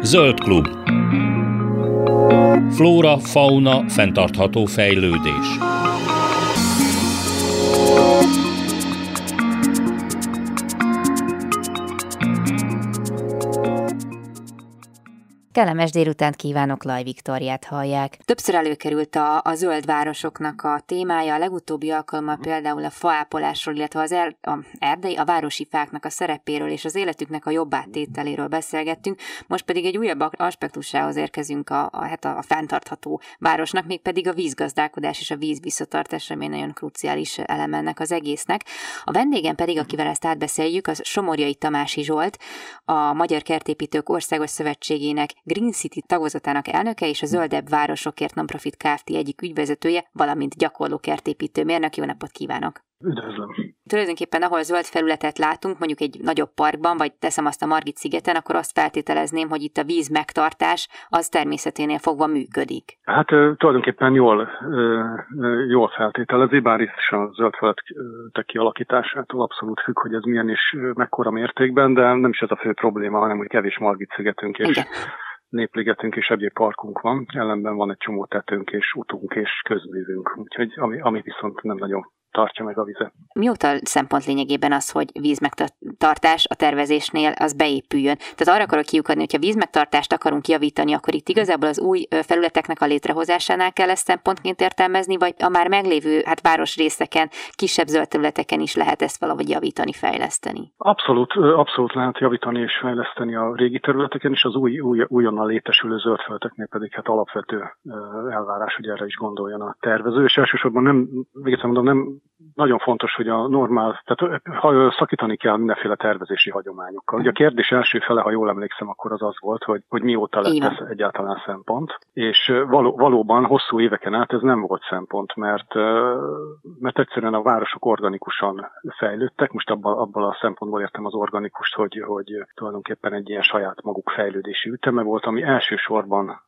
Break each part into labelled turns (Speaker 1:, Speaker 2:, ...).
Speaker 1: Zöld klub. Flóra, fauna, fenntartható fejlődés.
Speaker 2: Kellemes délutánt kívánok, Laj Viktóriát hallják. Többször előkerült a zöld városoknak a témája, a legutóbbi alkalommal például a faápolásról, illetve a városi fáknak a szerepéről és az életüknek a jobb áttételéről beszélgettünk, most pedig egy újabb aspektusához érkezünk a fenntartható városnak, mégpedig a vízgazdálkodás és a víz visszatartás, ami nagyon kruciális eleme ennek az egésznek. A vendégem pedig, akivel ezt átbeszéljük, az Somorjai Tamási Zsolt, a Magyar Kertépítők Országos Szövetségének Green City tagozatának elnöke és a Zöldebb Városokért Nonprofit Kft. Egyik ügyvezetője, valamint gyakorló kertépítő mérnök. Jó napot kívánok!
Speaker 3: Üdvözlöm!
Speaker 2: Tulajdonképpen ahol zöld felületet látunk, mondjuk egy nagyobb parkban, vagy teszem azt a Margit-szigeten, akkor azt feltételezném, hogy itt a víz megtartás az természeténél fogva működik.
Speaker 3: Hát tulajdonképpen jól feltételezi, bár itt is a zöld felületek kialakításától abszolút függ, hogy ez milyen és mekkora mértékben, de nem is ez a fő probléma, hanem hogy kevés Margit-szigetünk és
Speaker 2: igen.
Speaker 3: Népligetünk és egyéb parkunk van, ellenben van egy csomó tetőnk és utunk és közművünk, úgyhogy ami viszont nem nagyon tartja meg a vizet.
Speaker 2: Mióta szempont lényegében az, hogy vízmegtartás a tervezésnél az beépüljön? Tehát arra akarok kiukadni, hogyha vízmegtartást akarunk javítani, akkor itt igazából az új felületeknek a létrehozásánál kell ezt szempontként értelmezni, vagy a már meglévő városrészeken, kisebb zöld területeken is lehet ezt valahogy javítani, fejleszteni?
Speaker 3: Abszolút lehet javítani és fejleszteni a régi területeken, és az újonnan létesülő zöld felületeknél pedig hát alapvető elvárás, hogy erre is gondoljon a tervező, és elsősorban nem nagyon fontos, hogy a normál, tehát szakítani kell mindenféle tervezési hagyományokkal. Ugye a kérdés első fele, ha jól emlékszem, akkor az volt, hogy mióta lett ez egyáltalán szempont. És valóban hosszú éveken át ez nem volt szempont, mert egyszerűen a városok organikusan fejlődtek. Most abban a szempontból értem az organikust, hogy tulajdonképpen egy ilyen saját maguk fejlődési üteme volt, ami elsősorban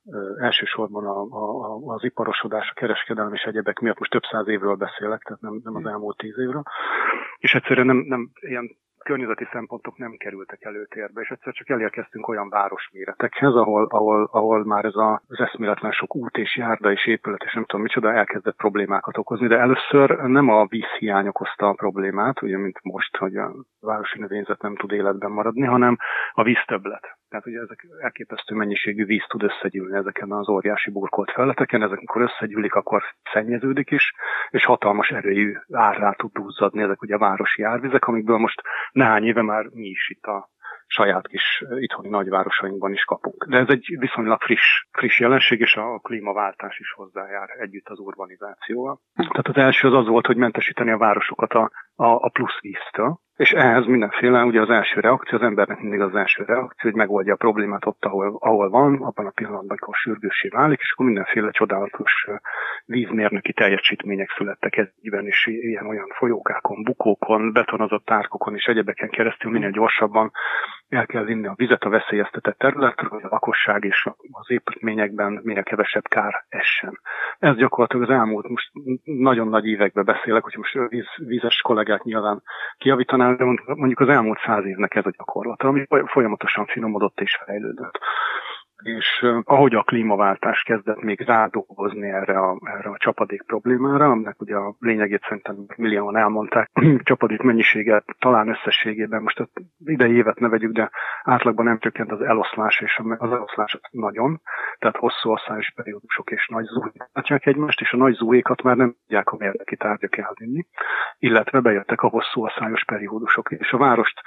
Speaker 3: az iparosodás, a kereskedelem és egyebek miatt, most több száz évről beszélek, tehát nem az elmúlt 10 évről, és egyszerűen nem ilyen környezeti szempontok nem kerültek előtérbe, és egyszer csak elérkeztünk olyan városméretekhez, ahol már ez az eszméletlen sok út és járda és épület és nem tudom micsoda elkezdett problémákat okozni, de először nem a vízhiány okozta a problémát, ugye mint most, hogy a városi növényzet nem tud életben maradni, hanem a víztöbblet. Tehát ugye ezek elképesztő mennyiségű víz tud összegyűlni ezeken az óriási burkolt felületeken, ezek amikor összegyűlik, akkor szennyeződik is, és hatalmas erőjű árrá tud duzzadni ezek ugye a városi árvizek, amikből most néhány éve már mi is itt a saját kis itthoni nagyvárosainkban is kapunk. De ez egy viszonylag friss jelenség, és a klímaváltás is hozzájár együtt az urbanizációval. Tehát az első az volt, hogy mentesíteni a városokat a plusz víztől, és ehhez mindenféle, ugye az első reakció, az embernek mindig az első reakció, hogy megoldja a problémát ott, ahol van, abban a pillanatban, amikor sürgőssé válik, és akkor mindenféle csodálatos vízmérnöki teljesítmények születtek ezben, és ilyen-olyan folyókákon, bukókon, betonozott árkokon és egyebeken keresztül minél gyorsabban el kell vinni a vizet a veszélyeztetett területről, hogy a lakosság és az építményekben minél kevesebb kár essen. Ez gyakorlatilag az elmúlt, most nagyon nagy években beszélek, hogy most vízes kollégák nyilván kijavítanák, de mondjuk az elmúlt 100 évnek ez a gyakorlata, ami folyamatosan finomodott és fejlődött. És ahogy a klímaváltás kezdett még rádolgozni erre a csapadék problémára, aminek ugye a lényegét szerintem millióan elmondták, csapadék mennyisége talán összességében, most az idei évet ne vegyük, de átlagban nem csökkent az eloszlás, és az eloszlás nagyon, tehát hosszú asszályos periódusok és nagy zúék látják egymást, és a nagy zúékat már nem tudják a mérleki tárgyak elvinni, illetve bejöttek a hosszú asszályos periódusok, és a várost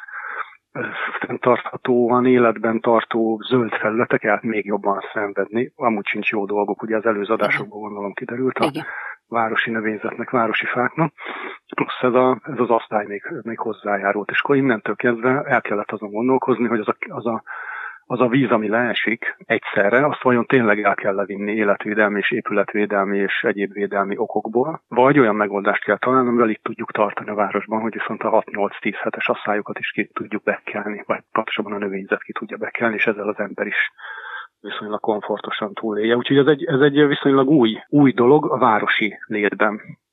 Speaker 3: tarthatóan életben tartó zöld felületek még jobban szenvedni. Amúgy sincs jó dolgok, ugye az előző adásokból gondolom kiderült a városi növényzetnek, városi fáknak. Plusz ez az asztály még hozzájárult, és akkor innentől kezdve el kellett azon gondolkozni, hogy az a víz, ami leesik egyszerre, azt vajon tényleg el kell levinni életvédelmi és épületvédelmi és egyéb védelmi okokból, vagy olyan megoldást kell találni, amivel itt tudjuk tartani a városban, hogy viszont a 6-8-10 hetes asszályokat is ki tudjuk bekelni, vagy pontosabban a növényzet ki tudja bekelni, és ezzel az ember is viszonylag komfortosan túlélje. Úgyhogy ez egy viszonylag új dolog a városi létben.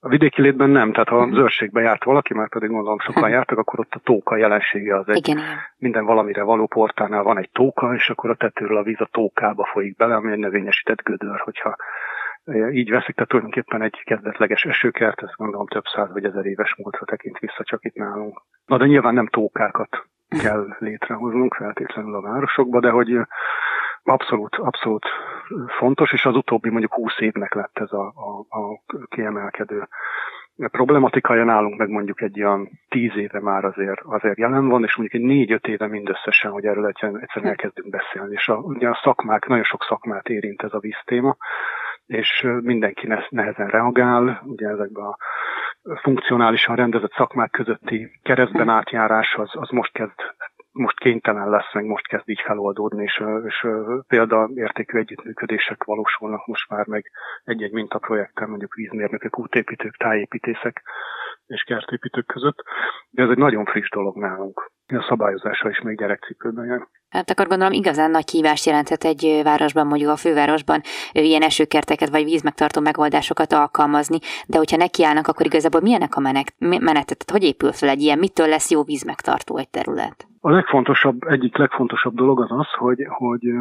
Speaker 3: A vidéki létben nem, tehát ha zöldségbe járt valaki, már pedig gondolom sokan jártak, akkor ott a tóka jelensége az egy minden valamire való portánál van egy tóka, és akkor a tetőről a víz a tókába folyik bele, ami egy növényesített gödör, hogyha így veszik, tehát tulajdonképpen egy kezdetleges esőkert, ezt gondolom több száz vagy ezer éves múltra tekint vissza csak itt nálunk. Na de nyilván nem tókákat kell létrehoznunk feltétlenül a városokba, de hogy abszolút fontos, és az utóbbi mondjuk 20 évnek lett ez a kiemelkedő problematikája, nálunk meg mondjuk egy olyan 10 éve már azért jelen van, és mondjuk egy 4-5 éve mindösszesen, hogy erről egyszerűen elkezdünk beszélni. És ugye a szakmák, nagyon sok szakmát érint ez a víztéma, és mindenki nehezen reagál, ugye ezekben a funkcionálisan rendezett szakmák közötti keresztben átjárás az most kénytelen lesz, meg most kezd így feloldódni, és példaértékű együttműködések valósulnak most már meg egy-egy mintaprojekten, mondjuk vízmérnökök, útépítők, tájépítészek és kertépítők között. De ez egy nagyon friss dolog nálunk. A szabályozása is még gyerekcipőben jön.
Speaker 2: Hát akkor gondolom igazán nagy kihívást jelenthet egy városban, mondjuk a fővárosban ilyen esőkerteket vagy vízmegtartó megoldásokat alkalmazni, de hogyha nekiállnak, akkor igazából milyenek a menetet? Hogy épül fel egy ilyen? Mitől lesz jó vízmegtartó egy terület?
Speaker 3: Egyik legfontosabb dolog az, hogy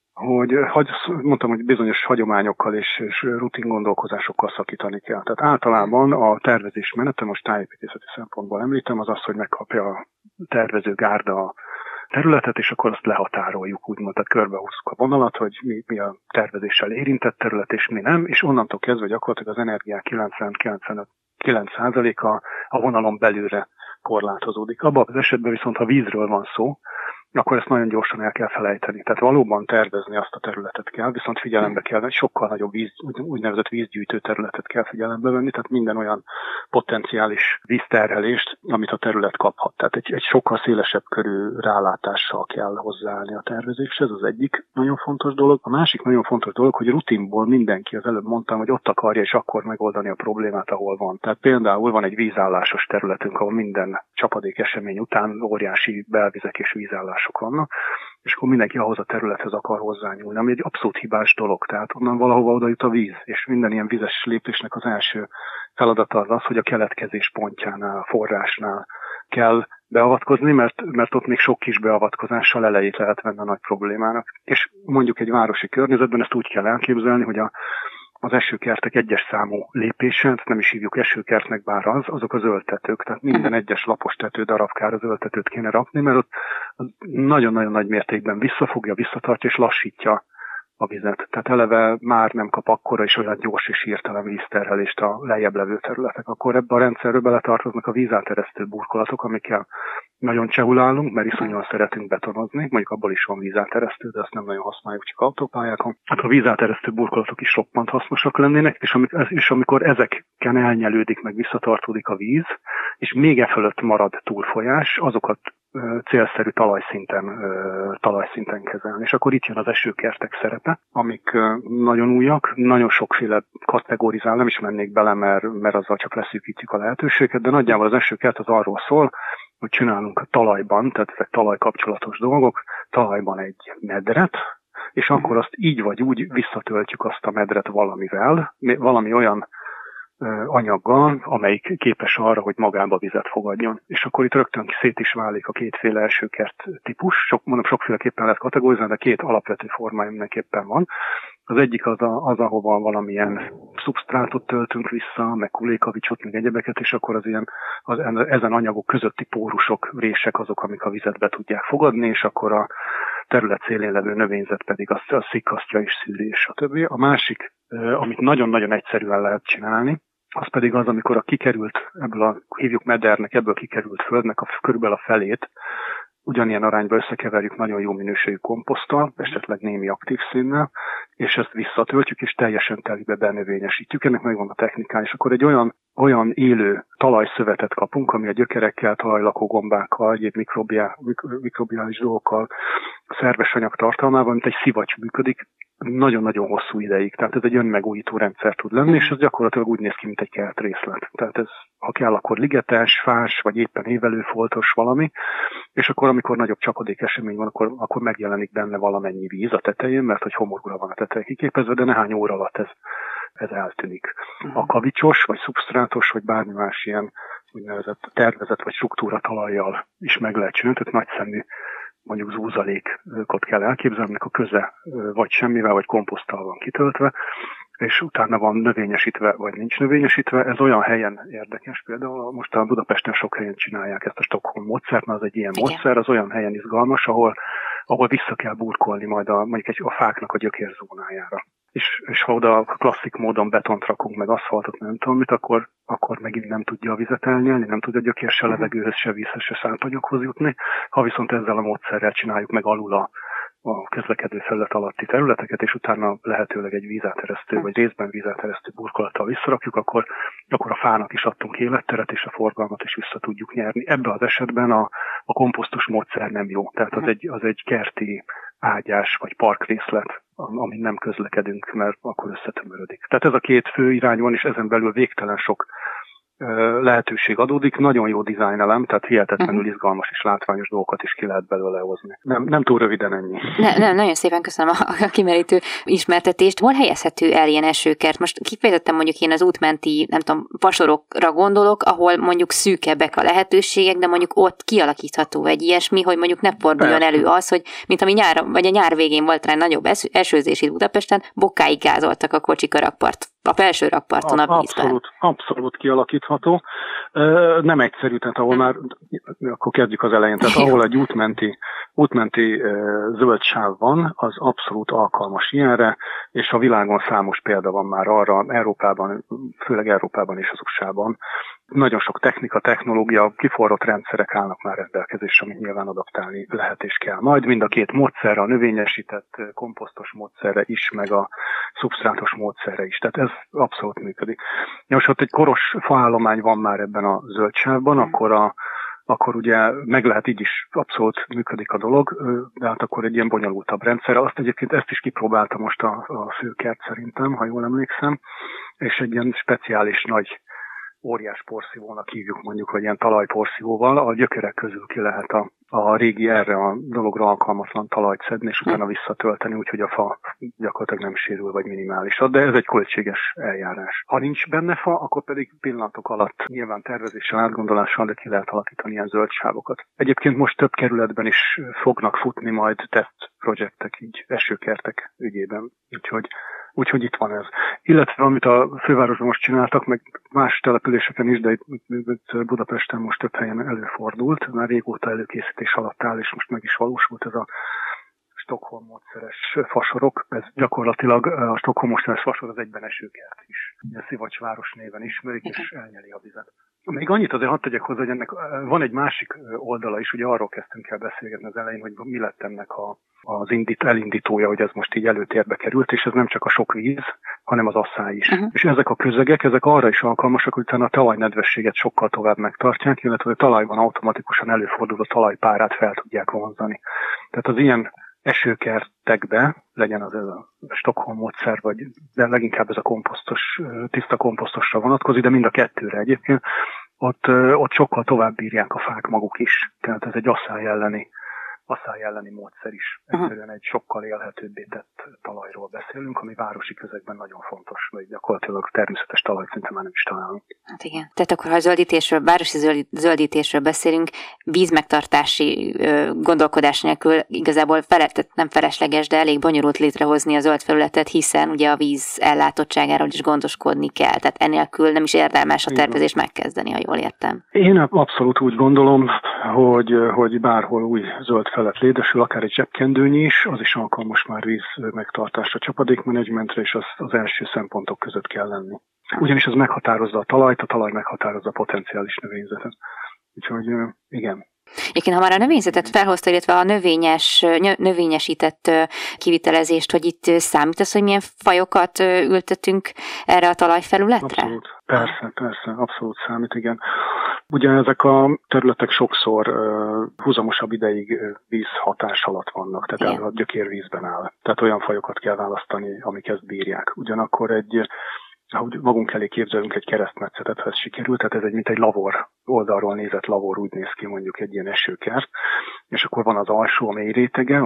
Speaker 3: mondtam, hogy bizonyos hagyományokkal és rutin gondolkozásokkal szakítani kell. Tehát általában a tervezés menete, most tájépítészeti szempontból említem, az, hogy megkapja a tervező gárda a területet, és akkor azt lehatároljuk, úgymond, tehát körbehúzzuk a vonalat, hogy mi a tervezéssel érintett terület, és mi nem, és onnantól kezdve gyakorlatilag az energiák 90-99%-a a vonalon belülre korlátozódik. Abban az esetben viszont, ha vízről van szó, akkor ezt nagyon gyorsan el kell felejteni. Tehát valóban tervezni azt a területet kell, viszont figyelembe kell venni, sokkal nagyobb úgynevezett vízgyűjtő területet kell figyelembe venni, tehát minden olyan potenciális vízterhelést, amit a terület kaphat. Tehát egy sokkal szélesebb körű rálátással kell hozzáállni a tervezéshez, ez az egyik nagyon fontos dolog. A másik nagyon fontos dolog, hogy rutinból mindenki, az előbb mondtam, hogy ott akarja és akkor megoldani a problémát, ahol van. Tehát például van egy vízállásos területünk, ahol minden csapadék esemény után óriási belvizek és vízállások vannak, és akkor mindenki ahhoz a területhez akar hozzányúlni, ami egy abszolút hibás dolog, tehát onnan valahova oda jut a víz, és minden ilyen vizes lépésnek az első feladata az, hogy a keletkezés pontjánál, a forrásnál kell beavatkozni, mert ott még sok kis beavatkozással elejét lehet venni a nagy problémának. És mondjuk egy városi környezetben ezt úgy kell elképzelni, hogy az esőkertek egyes számú lépése, nem is hívjuk esőkertnek, bár azok az zöldtetők, tehát minden egyes lapos tető darabkára zöldtetőt kéne rakni, mert ott nagyon-nagyon nagy mértékben visszatartja és lassítja a vizet. Tehát eleve már nem kap akkora és olyan gyors és hirtelen vízterhelést a lejjebb levő területek. Akkor ebbe a rendszerbe beletartoznak a vízáteresztő burkolatok, amikkel nagyon csehul állunk, mert iszonyúan szeretünk betonozni, mondjuk abból is van vízáteresztő, de azt nem nagyon használjuk, csak autópályákon. Hát a vízáteresztő burkolatok is roppant hasznosak lennének, és amikor ezeken elnyelődik, meg visszatartódik a víz, és még e fölött marad túlfolyás, azokat célszerű talajszinten kezelni. És akkor itt jön az esőkertek szerepe, amik nagyon újak, nagyon sokféle kategorizál, nem is mennék bele, mert azzal csak leszűkítjük a lehetőséget, de nagyjából az esőkert az arról szól, hogy csinálunk a talajban, tehát ezek talajkapcsolatos dolgok, talajban egy medret, és akkor azt így vagy úgy visszatöltjük azt a medret valamivel, valami olyan anyaggal, amelyik képes arra, hogy magába vizet fogadjon. És akkor itt rögtön szét is válik a kétféle esőkert típus. Sokféleképpen lehet kategorizálni, de két alapvető formája mindenképpen van. Az egyik az, ahova valamilyen szubsztrátot töltünk vissza, meg kulékavicsot, meg egyebeket, és akkor ezen anyagok közötti pórusok, rések azok, amik a vizet be tudják fogadni, és akkor a terület szélén levő növényzet pedig azt szikasztja és szűri, és stb. A másik, amit nagyon-nagyon egyszerűen lehet csinálni, az pedig az, amikor hívjuk medernek, ebből kikerült földnek körülbelül a felét, ugyanilyen arányban összekeverjük nagyon jó minőségű komposzttal, esetleg némi aktív színnel, és ezt visszatöltjük, és teljesen telibe benövényesítjük. Ennek megvan a technikája, és akkor egy olyan élő talajszövetet kapunk, ami a gyökerekkel, talajlakó gombákkal, egyéb mikrobiális dolgokkal, szerves anyag tartalmával, mint egy szivacs működik, nagyon-nagyon hosszú ideig. Tehát ez egy önmegújító rendszer tud lenni, és ez gyakorlatilag úgy néz ki, mint egy kertrészlet. Tehát ez, ha kell, akkor ligetes, fás, vagy éppen évelőfoltos valami, és akkor, amikor nagyobb csapadék esemény van, akkor megjelenik benne valamennyi víz a tetején, mert hogy homokra van a teteje kiképezve, de nehány óra alatt ez ez eltűnik. A kavicsos, vagy szubsztrátos, vagy bármi más ilyen úgynevezett tervezet vagy struktúra talajjal is meg lehet csinálni, tehát nagyszemű mondjuk zúzalékot kell elképzelni, aminek a köze vagy semmivel, vagy komposzttal van kitöltve, és utána van növényesítve, vagy nincs növényesítve. Ez olyan helyen érdekes, például most a Budapesten sok helyen csinálják ezt a Stockholm módszert, mert az egy ilyen módszer, az olyan helyen izgalmas, ahol vissza kell burkolni majd mondjuk a fáknak a gyökérzónájára. És ha oda klasszik módon betont rakunk, meg aszfaltot, nem tudom mit, akkor megint nem tudja a vizet elnyelni, nem tud a gyökér se levegőhöz, se vízhez, se szántanyaghoz jutni. Ha viszont ezzel a módszerrel csináljuk meg alul a közlekedő felület alatti területeket, és utána lehetőleg egy vízáteresztő, vagy részben vízáteresztő burkolattal visszarakjuk, akkor a fának is adtunk életteret, és a forgalmat is vissza tudjuk nyerni. Ebben az esetben a komposztos módszer nem jó. Tehát az egy kerti ágyás, vagy parkrészlet, amin nem közlekedünk, mert akkor összetömörödik. Tehát ez a két fő irány van, és ezen belül végtelen sok lehetőség adódik, nagyon jó dizájnelem, tehát hihetetlenül izgalmas és látványos dolgokat is ki lehet belőle hozni. Nem túl röviden ennyi.
Speaker 2: Nem, nagyon szépen köszönöm a kimerítő ismertetést. Hol helyezhető el ilyen esőkert? Most kifejezetten mondjuk én az útmenti, nem tudom, fasorokra gondolok, ahol mondjuk szűkebbek a lehetőségek, de mondjuk ott kialakítható egy ilyesmi, hogy mondjuk ne forduljon elő az, hogy mint ami a nyár végén volt rá nagyobb esőzés itt Budapesten, bokáig gázoltak a kocsik a felső rakparton a vízben.
Speaker 3: Abszolút kialakítható. Nem egyszerű, tehát ahol már, akkor kezdjük az elején, tehát ahol egy útmenti zöld sáv van, az abszolút alkalmas ilyenre, és a világon számos példa van már arra, Európában, főleg Európában és az USA-ban. Nagyon sok technológia, kiforrott rendszerek állnak már rendelkezésre, amit nyilván adaptálni lehet és kell. Majd mind a két módszerre, a növényesített komposztos módszerre is, meg a szubsztrátos módszerre is. Tehát ez abszolút működik. Most ott egy koros faállomány van már ebben a zöldsávban, akkor ugye meg lehet így is, abszolút működik a dolog, de hát akkor egy ilyen bonyolultabb rendszer. Azt egyébként ezt is kipróbálta most a főkert szerintem, ha jól emlékszem, és egy ilyen speciális nagy óriás porszívónak hívjuk mondjuk, vagy ilyen talajporszívóval, a gyökerek közül ki lehet a régi erre a dologra alkalmatlan talajt szedni, és utána visszatölteni, úgyhogy a fa gyakorlatilag nem sérül, vagy minimálisat, de ez egy költséges eljárás. Ha nincs benne fa, akkor pedig pillanatok alatt nyilván tervezéssel, átgondolással, de ki lehet alakítani ilyen zöld sávokat. Egyébként most több kerületben is fognak futni majd tesztprojektek, így esőkertek ügyében, úgyhogy itt van ez. Illetve amit a fővárosban most csináltak, meg más településeken is, de itt Budapesten most több helyen előfordult, már régóta előkészítés alatt áll, és most meg is valósult ez a Stockholm módszeres fasorok. Ez gyakorlatilag a Stockholm módszeres fasor az egyben esőkert is. A Szivacsváros néven ismerik, és elnyeli a vizet. Még annyit azért hadd tegyek hozzá, hogy ennek van egy másik oldala is, ugye arról kezdtünk el beszélgetni az elején, hogy mi lett ennek az elindítója, hogy ez most így előtérbe került, és ez nem csak a sok víz, hanem az asszály is. És ezek a közegek, ezek arra is alkalmasak, hogy utána a talajnedvességet sokkal tovább megtartják, illetve a talajban automatikusan előforduló talajpárát fel tudják vonzani. Tehát az ilyen esőkertekbe, legyen az ez a Stockholm módszer, de leginkább ez a komposztos, tiszta komposztosra vonatkozik, de mind a kettőre egyébként, ott sokkal tovább bírják a fák maguk is. Tehát ez egy asszály elleni módszer is. Egyszerűen egy sokkal élhetőbbé tett talajról beszélünk, ami városi közegben nagyon fontos, vagy gyakorlatilag természetes talajt szinte már nem is találunk.
Speaker 2: Hát igen. Tehát akkor, ha városi zöldítésről beszélünk, vízmegtartási gondolkodás nélkül igazából nem felesleges, de elég bonyolult létrehozni a zöld felületet, hiszen ugye a víz ellátottságáról is gondoskodni kell. Tehát enélkül nem is érdemes a tervezést megkezdeni, ha jól értem.
Speaker 3: Én abszolút úgy gondolom, hogy bárhol új zöld felett létesül, akár egy zsebkendőnyi is, az is alkalmas már víz megtartásra, csapadékmenedzsmentre, és az első szempontok között kell lenni. Ugyanis az meghatározza a talajt, a talaj meghatározza a potenciális növényzetet. Úgyhogy igen.
Speaker 2: Egyébként, ha már a növényzetet felhozta, illetve a növényesített kivitelezést, hogy itt számít az, hogy milyen fajokat ültetünk erre a talajfelületre?
Speaker 3: Abszolút. Persze, abszolút számít, igen. Ugye ezek a területek sokszor húzamosabb ideig vízhatás alatt vannak, tehát a gyökérvízben áll. Tehát olyan fajokat kell választani, amik ezt bírják. Ugyanakkor ahogy magunk elé képzelünk egy keresztmetszetet, ha ez sikerült, tehát ez mint egy lavor, oldalról nézett lavor úgy néz ki mondjuk egy ilyen esőkert, és akkor van az alsó, a mély rétege, ami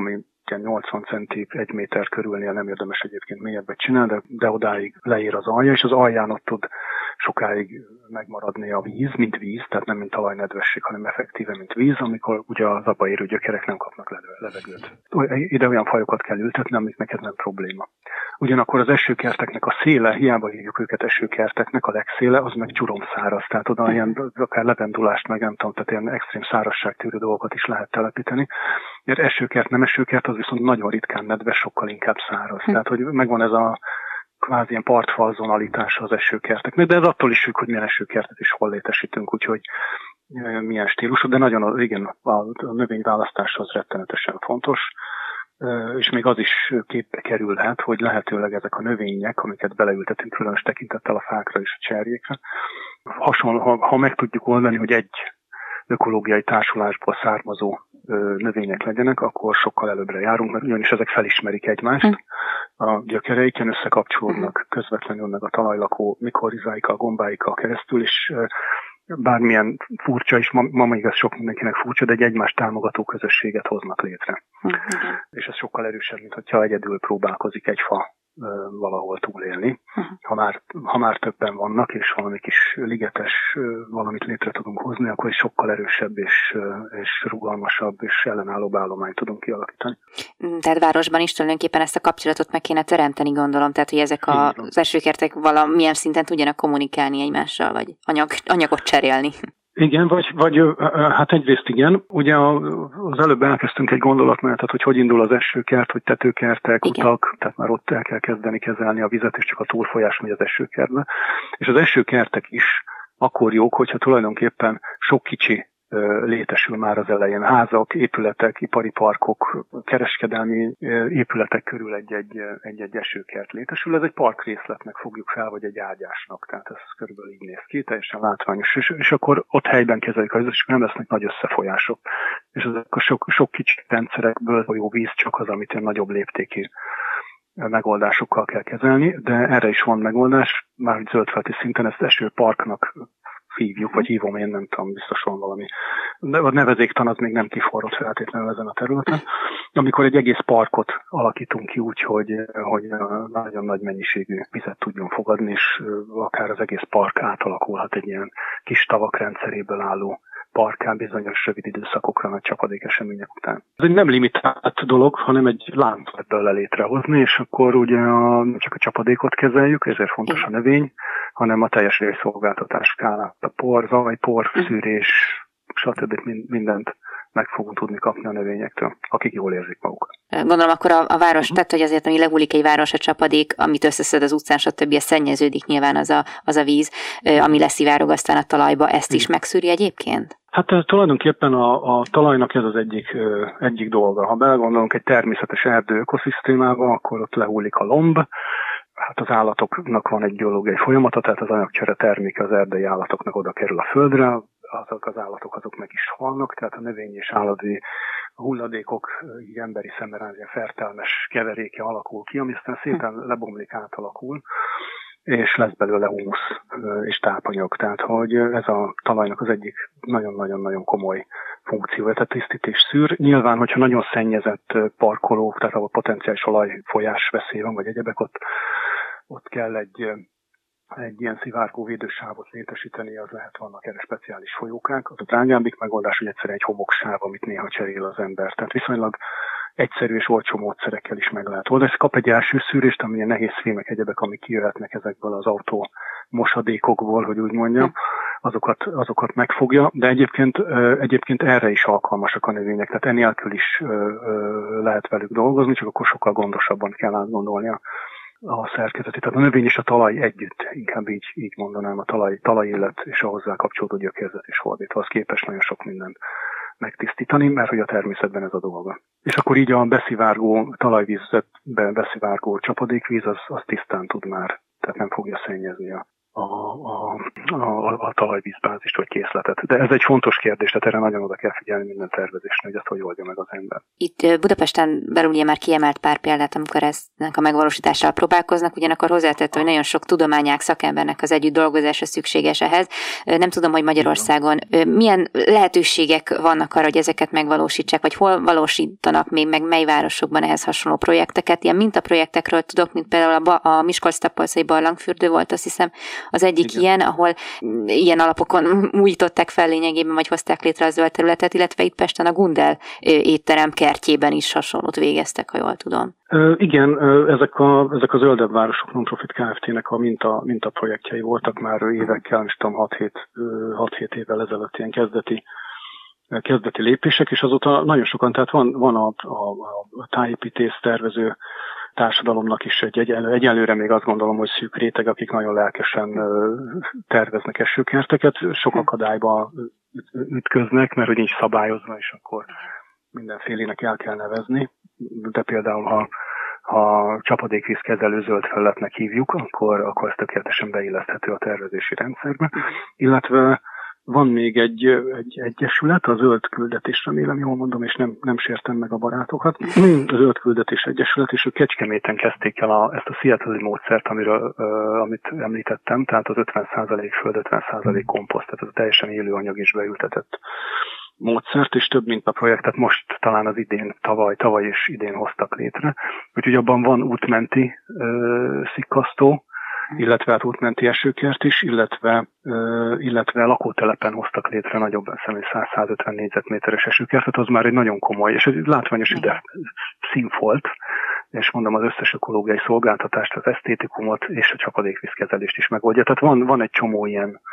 Speaker 3: ilyen 80 centi, 1 méter körülnél nem érdemes egyébként mélyebbet csinálni, de odáig leér az alja, és az alján ott tud sokáig megmaradni a víz, mint víz, tehát nem mint talajnedvesség, hanem effektíve, mint víz, amikor ugye az abba érő gyökerek nem kapnak levegőt. Ide olyan fajokat kell ültetni, amiknek ez nem probléma. Ugyanakkor az esőkerteknek a széle, hiába hívjuk őket esőkerteknek, a legszéle, az meg csuromszáraz, tehát oda ilyen akár levendulást, meg nem tudom, tehát ilyen extrém szárazságtűrő dolgokat is lehet telepíteni. Mert esőkert, nem esőkert, az viszont nagyon ritkán nedves, sokkal inkább száraz. Tehát, hogy megvan ez a kvázi ilyen partfal zonalitása az esőkerteknek, de ez attól is függ, hogy milyen esőkertet is hol létesítünk, úgyhogy milyen stílusú, de nagyon igen, a növényválasztás az rettenetesen fontos, és még az is képbe kerülhet, hogy lehetőleg ezek a növények, amiket beleültetünk különös tekintettel a fákra és a cserjékre, ha meg tudjuk oldani, hogy egy ökológiai társulásból származó növények legyenek, akkor sokkal előbbre járunk, mert ugyanis ezek felismerik egymást, a gyökereiken összekapcsolódnak közvetlenül meg a talajlakó mikorrizáikkal, gombáikkal keresztül, és bármilyen furcsa is, ma még ez sok mindenkinek furcsa, de egy egymást támogató közösséget hoznak létre. És ez sokkal erősebb, mint hogyha egyedül próbálkozik egy fa valahol túlélni. Ha már többen vannak, és valami kis ligetes valamit létre tudunk hozni, akkor is sokkal erősebb és rugalmasabb és ellenállóbb állományt tudunk kialakítani.
Speaker 2: Tehát városban is tulajdonképpen ezt a kapcsolatot meg kéne teremteni, gondolom, tehát hogy ezek az esőkertek valamilyen szinten tudjanak kommunikálni egymással, vagy anyagot cserélni.
Speaker 3: Igen, vagy hát egyrészt igen. Ugye az előbb elkezdtünk egy gondolatmenetet, hogy indul az esőkert, hogy tetőkertek, utak, tehát már ott el kell kezdeni kezelni a vizet, és csak a túlfolyás megy az esőkertbe. És az esőkertek is akkor jók, hogyha tulajdonképpen sok kicsi létesül már az elején. Házak, épületek, ipari parkok, kereskedelmi épületek körül egy esőkert létesül. Ez egy parkrészletnek fogjuk fel, vagy egy ágyásnak. Tehát ez körülbelül így néz ki, teljesen látványos. És akkor ott helyben kezeljük az, és nem lesznek nagy összefolyások. És ezek a sok kicsi rendszerekből folyó víz csak az, amit ilyen nagyobb léptékű megoldásokkal kell kezelni, de erre is van megoldás, már zöldfelti szinten ezt esőparknak hívjuk, vagy hívom én, nem tudom, biztos van valami. De a nevezéktan az még nem kiforrott feltétlenül ezen a területen. Amikor egy egész parkot alakítunk ki úgy, hogy nagyon nagy mennyiségű vizet tudjon fogadni, és akár az egész park átalakulhat egy ilyen kis tavak rendszeréből álló parkán bizonyos rövid időszakokra nagy csapadékesemények után. Ez egy nem limitált dolog, hanem egy láncot belőle létrehozni, és akkor ugye csak a csapadékot kezeljük, ezért fontos a növény, hanem a teljes részszolgáltatás skálát, a por, zaj, por, szűrés, stb. Mindent meg fogunk tudni kapni a növényektől, akik jól érzik magukat.
Speaker 2: Gondolom akkor a város, tehát hogy azért, ami lehullik egy város, a csapadék, amit összeszed az utcán, stb. Szennyeződik nyilván az a víz, ami leszivárog aztán a talajba, ezt is megszűri egyébként?
Speaker 3: Hát tulajdonképpen a talajnak ez az egyik dolga. Ha belegondolunk egy természetes erdő ökoszisztémába, akkor ott lehullik a lomb. Hát az állatoknak van egy biológiai folyamata, tehát az anyagcsere terméke az erdei állatoknak oda kerül a földre, azok az állatok azok meg is halnak, tehát a növény és állati hulladékok így emberi szemmel ilyen fertelmes keveréke alakul ki, ami aztán szépen lebomlik, átalakul, és lesz belőle humusz és tápanyag. Tehát, hogy ez a talajnak az egyik nagyon-nagyon-nagyon komoly funkciója, tehát tisztítés szűr. Nyilván, hogyha nagyon szennyezett parkolók, tehát ahol potenciális olajfolyás veszély van, vagy egyebek, ott kell egy ilyen szivárgó védősávot létesíteni, az lehet, vannak erre speciális folyókák. Az a drágábbik megoldás, hogy egyszerűen egy homoksáv, amit néha cserél az ember. Tehát viszonylag egyszerű és olcsó módszerekkel is meg lehet oldani. Ez kap egy első szűrést, amilyen nehéz fémek, egyebek, amik kijöhetnek ezekből az autó mosadékokból, hogy úgy mondjam, azokat megfogja, de egyébként erre is alkalmasak a növények, tehát enélkül is lehet velük dolgozni, csak akkor sokkal gondosabban kell átgondolni a szerkezeti. Tehát a növény és a talaj együtt, inkább így mondanám, a talajélet és a hozzá kapcsolódó gyökérzet is fordítva. Az képes nagyon sok mindent megtisztítani, mert hogy a természetben ez a dolga. És akkor így a beszivárgó talajvízbe beszivárgó csapadékvíz az tisztán tud már, tehát nem fogja szennyezni a talajvízbázist vagy készletet. De ez egy fontos kérdés, tehát erre nagyon oda kell figyelni minden tervezésnek, hogy ezt hogy oldja meg az ember.
Speaker 2: Itt Budapesten belül ugye már kiemelt pár példát, amikor ennek a megvalósítással próbálkoznak, ugyanakkor hozzátett, hogy nagyon sok tudományák, szakembernek az együtt dolgozása szükséges ehhez. Nem tudom, hogy Magyarországon milyen lehetőségek vannak arra, hogy ezeket megvalósítsák, vagy hol valósítanak még, meg mely városokban ehhez hasonló projekteket. Ilyen mintaprojektekről tudok, mint például a Miskolc-Tapolcai barlangfürdő volt, azt hiszem, az egyik ilyen, ahol ilyen alapokon újították fel lényegében, vagy hozták létre a zöld területet, illetve itt Pesten a Gundel étterem kertjében is hasonlót végeztek, ha jól tudom.
Speaker 3: Igen, ezek a Zöldebb Városok Non-Profit Kft-nek a mintaprojektjei voltak már évekkel, és tudom, 6-7 évvel ezelőtt ilyen kezdeti lépések, és azóta nagyon sokan, tehát van a tájépítész tervező társadalomnak is egyelőre még azt gondolom, hogy szűk réteg, akik nagyon lelkesen terveznek esőkerteket, sok akadályba ütköznek, mert hogy nincs szabályozva, és akkor mindenfélének el kell nevezni. De például, ha csapadékvízkezelő zöld felületnek hívjuk, akkor ez tökéletesen beilleszthető a tervezési rendszerbe. Illetve van még egy egyesület, a Zöld Küldetés, remélem jól mondom, és nem sértem meg a barátokat. A Zöld Küldetés Egyesület, és ők Kecskeméten kezdték el ezt a Seattle-i módszert, amit említettem, tehát az 50% föld, 50% komposzt, tehát ez a teljesen élő anyag és beültetett módszert, és több mint a projektet most talán az idén, tavaly és idén hoztak létre. Úgyhogy abban van útmenti szikkasztó, illetve hát útmenti esőkert is, illetve lakótelepen hoztak létre nagyobb 100-150 négyzetméteres esőkertet, az már egy nagyon komoly, és egy látványos üde színfolt, és mondom, az összes ökológiai szolgáltatást, az esztétikumot és a csapadékvízkezelést is megoldja. Tehát van egy csomó ilyen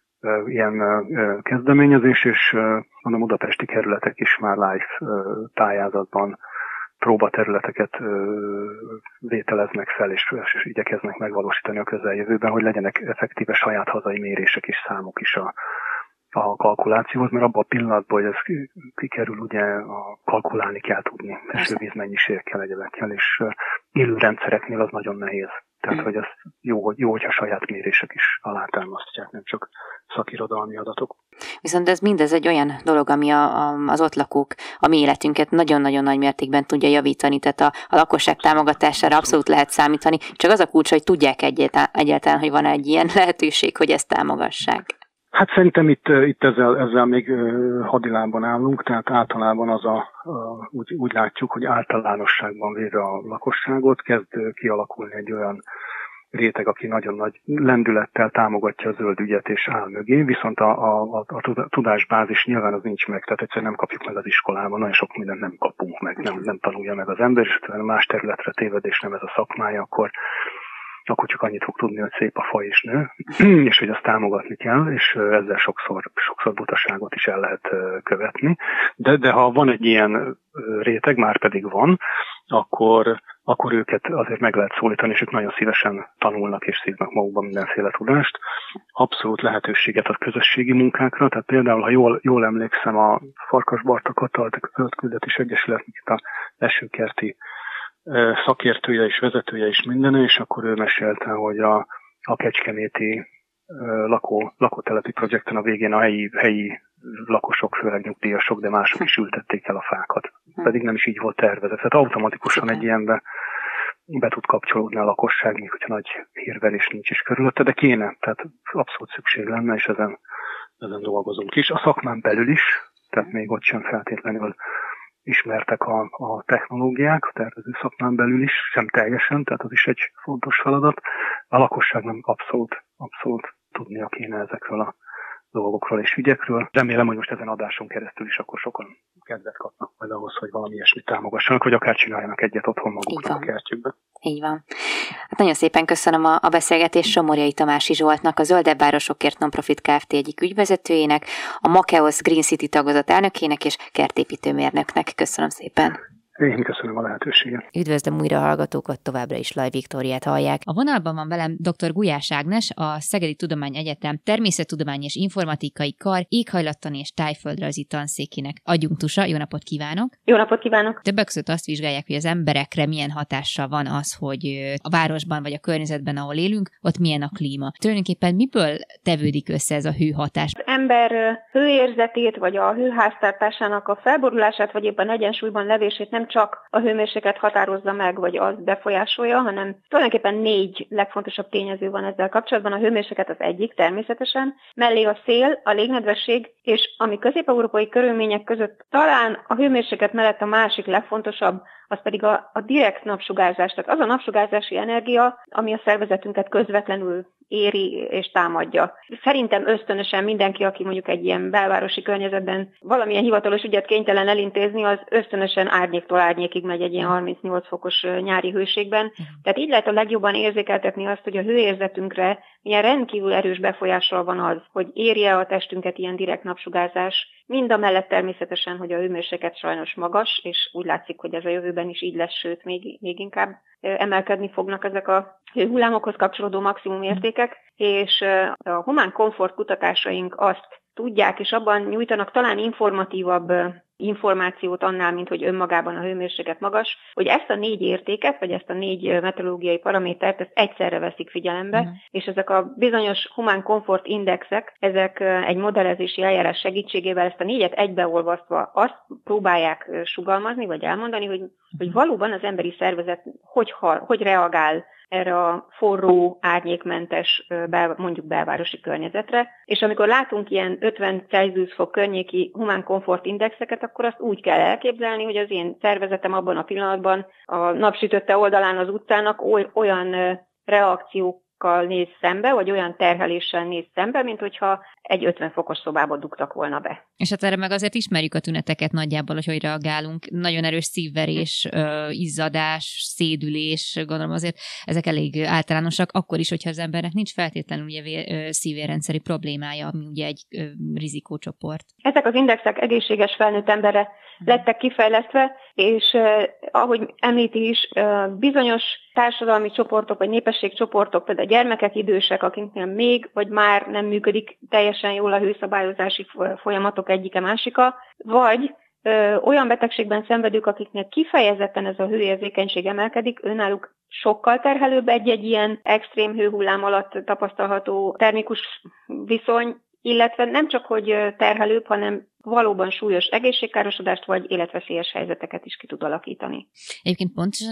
Speaker 3: kezdeményezés, és mondom, budapesti kerületek is már live pályázatban próbaterületeket vételeznek fel, és igyekeznek megvalósítani a közeljövőben, hogy legyenek effektíve saját hazai mérések és számok is a kalkulációhoz, mert abban a pillanatban, hogy ez kikerül, ugye kalkulálni kell tudni esővízmennyiségekkel, egyebekkel, és élő rendszereknél az nagyon nehéz. Tehát, hogy ez jó, hogyha saját mérések is alátámasztják, nem csak szakirodalmi adatok.
Speaker 2: Viszont ez mindez egy olyan dolog, ami az ott lakók, a mi életünket nagyon-nagyon nagy mértékben tudja javítani, tehát a lakosság támogatására abszolút lehet számítani, csak az a kulcs, hogy tudják egyáltalán, hogy van egy ilyen lehetőség, hogy ezt támogassák.
Speaker 3: Hát szerintem itt ezzel még hadilában állunk, tehát általában úgy látjuk, hogy általánosságban véve a lakosságot kezd kialakulni egy olyan réteg, aki nagyon nagy lendülettel támogatja a zöld ügyet és áll mögé, viszont a tudásbázis nyilván az nincs meg, tehát egyszerűen nem kapjuk meg az iskolában, nagyon sok mindent nem kapunk meg, nem tanulja meg az ember, és más területre tévedés nem ez a szakmája, akkor csak annyit fog tudni, hogy szép a faj és nő, és hogy azt támogatni kell, és ezzel sokszor butaságot is el lehet követni. De ha van egy ilyen réteg, már pedig van, akkor őket azért meg lehet szólítani, és ők nagyon szívesen tanulnak és szívnak magukban mindenféle tudást. Abszolút lehetőséget ad közösségi munkákra, tehát például, ha jól emlékszem, a Farkas Barta Katal, a Zöld Küldetés Egyesületnek itt a esőkerti szakértője és vezetője is minden, és akkor ő mesélte, hogy a kecskeméti lakótelepi projekten a végén a helyi lakosok, főleg nyugdíjasok, de mások is ültették el a fákat. Pedig nem is így volt tervezett. Tehát automatikusan egy ilyenbe be tud kapcsolódni a lakosság, még hogyha nagy hírverés nincs is körülötte, de kéne. Tehát abszolút szükség lenne, és ezen dolgozunk is. A szakmán belül is, tehát még ott sem feltétlenül ismertek a technológiák, a tervező szakmán belül is, sem teljesen, tehát az is egy fontos feladat. A lakosságnak abszolút tudnia kéne ezekről a dolgokról és ügyekről. Remélem, hogy most ezen adáson keresztül is akkor sokan kedvet kapnak majd ahhoz, hogy valami ilyesmit támogassanak, vagy akár csináljanak egyet otthon maguknak a kertjükben.
Speaker 2: Így van. Hát nagyon szépen köszönöm a beszélgetést Somorjai Tamási Zsoltnak, a Zöldebb Városokért Non-Profit Kft. Egyik ügyvezetőjének, a Makeosz Green City tagozat elnökének és kertépítőmérnöknek. Köszönöm szépen.
Speaker 3: Én köszönöm a lehetőséget.
Speaker 2: Üdvözlöm újra a hallgatókat, továbbra is Laj Viktóriát hallják. A vonalban van velem dr. Gulyás Ágnes, a Szegedi Tudományegyetem Természettudomány és Informatikai Kar éghajlattani és tájföldrajzi tanszékének adjunktusa. Jó napot kívánok!
Speaker 4: Jó napot kívánok!
Speaker 2: Többek között azt vizsgálják, hogy az emberekre milyen hatással van az, hogy a városban vagy a környezetben, ahol élünk, ott milyen a klíma. Tulajdonképpen miből tevődik össze ez a hőhatás?
Speaker 4: Az ember hőérzetét vagy a hőháztartásának a felborulását vagy éppen egyensúlyban levését nem csak a hőmérséklet határozza meg, vagy az befolyásolja, hanem tulajdonképpen 4 legfontosabb tényező van ezzel kapcsolatban. A hőmérséklet az egyik természetesen, mellé a szél, a légnedvesség, és ami közép-európai körülmények között talán a hőmérséklet mellett a másik legfontosabb, az pedig a direkt napsugárzás, tehát az a napsugárzási energia, ami a szervezetünket közvetlenül éri és támadja. Szerintem ösztönösen mindenki, aki mondjuk egy ilyen belvárosi környezetben valamilyen hivatalos ügyet kénytelen elintézni, az ösztönösen árnyéktól árnyékig megy egy ilyen 38 fokos nyári hőségben. Tehát így lehet a legjobban érzékeltetni azt, hogy a hőérzetünkre milyen rendkívül erős befolyással van az, hogy érje a testünket ilyen direkt napsugárzás, mind a mellett természetesen, hogy a hőmérséklet sajnos magas, és úgy látszik, hogy ez a jövőben is így lesz, sőt még inkább emelkedni fognak ezek a hőhullámokhoz kapcsolódó maximum értékek, és a humán komfort kutatásaink azt tudják, és abban nyújtanak talán informatívabb információt annál, mint hogy önmagában a hőmérséklet magas, hogy ezt a 4 értéket, vagy ezt a 4 meteorológiai paramétert, ezt egyszerre veszik figyelembe, és ezek a bizonyos humán komfort indexek, ezek egy modellezési eljárás segítségével ezt a 4-et egybeolvasztva azt próbálják sugalmazni, vagy elmondani, hogy valóban az emberi szervezet hogy reagál erre a forró, árnyékmentes, mondjuk belvárosi környezetre. És amikor látunk ilyen 50 Celsius fok környéki humán komfort indexeket, akkor azt úgy kell elképzelni, hogy az én szervezetem abban a pillanatban a napsütötte oldalán az utcának olyan reakciókkal néz szembe, vagy olyan terheléssel néz szembe, mint hogyha egy 50 fokos szobába dugtak volna be.
Speaker 2: És hát erre meg azért ismerjük a tüneteket nagyjából, hogy reagálunk. Nagyon erős szívverés, izzadás, szédülés, gondolom azért ezek elég általánosak, akkor is, hogyha az embernek nincs feltétlenül ugye szívérrendszeri problémája, ami ugye egy rizikócsoport.
Speaker 4: Ezek az indexek egészséges felnőtt emberre lettek kifejlesztve, és ahogy említi is, bizonyos társadalmi csoportok, vagy népességcsoportok, például a gyermekek, idősek, akiknél még, vagy már nem működik teljesen jól a hőszabályozási folyamatok egyike másika, vagy olyan betegségben szenvedők, akiknél kifejezetten ez a hőérzékenység emelkedik, önnáluk sokkal terhelőbb egy ilyen extrém hőhullám alatt tapasztalható termikus viszony, illetve nem csak, hogy terhelőbb, hanem valóban súlyos egészségkárosodást vagy életveszélyes helyzeteket is ki tud alakítani.
Speaker 2: Egyébként pontosan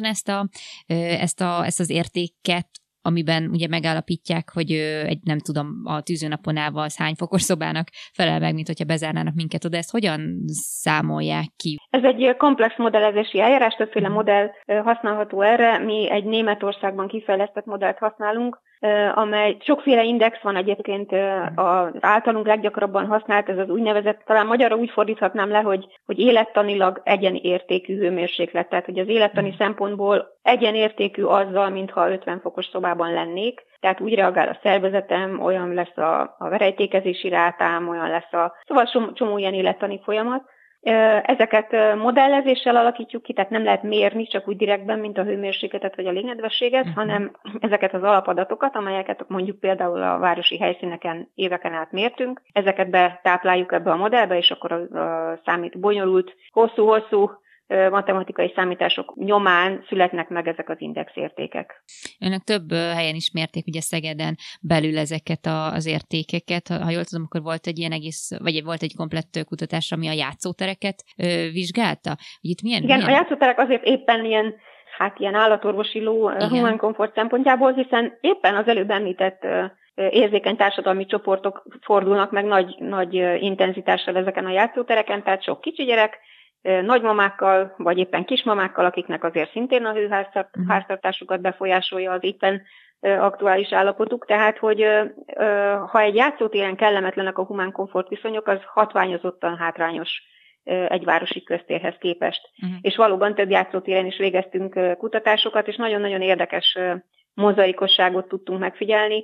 Speaker 2: ezt az értéket, amiben ugye megállapítják, hogy nem tudom, a tűzőnaponával az hány fokos szobának felel meg, mint hogyha bezárnának minket oda. Ezt hogyan számolják ki?
Speaker 4: Ez egy komplex modellezési eljárás, többféle modell használható erre. Mi egy Németországban kifejlesztett modellt használunk, amely sokféle index van egyébként az általunk leggyakrabban használt, ez az úgynevezett, talán magyarra úgy fordíthatnám le, hogy élettanilag egyenértékű hőmérséklet, tehát hogy az élettani szempontból egyenértékű azzal, mintha 50 fokos szobában lennék, tehát úgy reagál a szervezetem, olyan lesz a verejtékezési rátám, olyan lesz szóval csomó ilyen élettani folyamat. Ezeket modellezéssel alakítjuk ki, tehát nem lehet mérni csak úgy direktben, mint a hőmérsékletet vagy a légnedvességet, hanem ezeket az alapadatokat, amelyeket mondjuk például a városi helyszíneken éveken át mértünk, ezeket betápláljuk ebbe a modellbe, és akkor a bonyolult, hosszú matematikai számítások nyomán születnek meg ezek az indexértékek.
Speaker 2: Önök több helyen is mérték ugye Szegeden belül ezeket az értékeket. Ha jól tudom, akkor volt egy ilyen vagy volt egy komplett kutatás, ami a játszótereket vizsgálta. Itt milyen?
Speaker 4: A játszóterek azért éppen ilyen állatorvosi ló humán komfort szempontjából, hiszen éppen az előbb említett érzékeny társadalmi csoportok fordulnak meg nagy intenzitással ezeken a játszótereken, tehát sok kicsi gyerek, nagymamákkal, vagy éppen kismamákkal, akiknek azért szintén a hőháztartásukat befolyásolja az éppen aktuális állapotuk. Tehát, hogy ha egy játszótéren kellemetlenek a humán komfort viszonyok, az hatványozottan hátrányos egy városi köztérhez képest. És valóban több játszótéren is végeztünk kutatásokat, és nagyon-nagyon érdekes mozaikosságot tudtunk megfigyelni.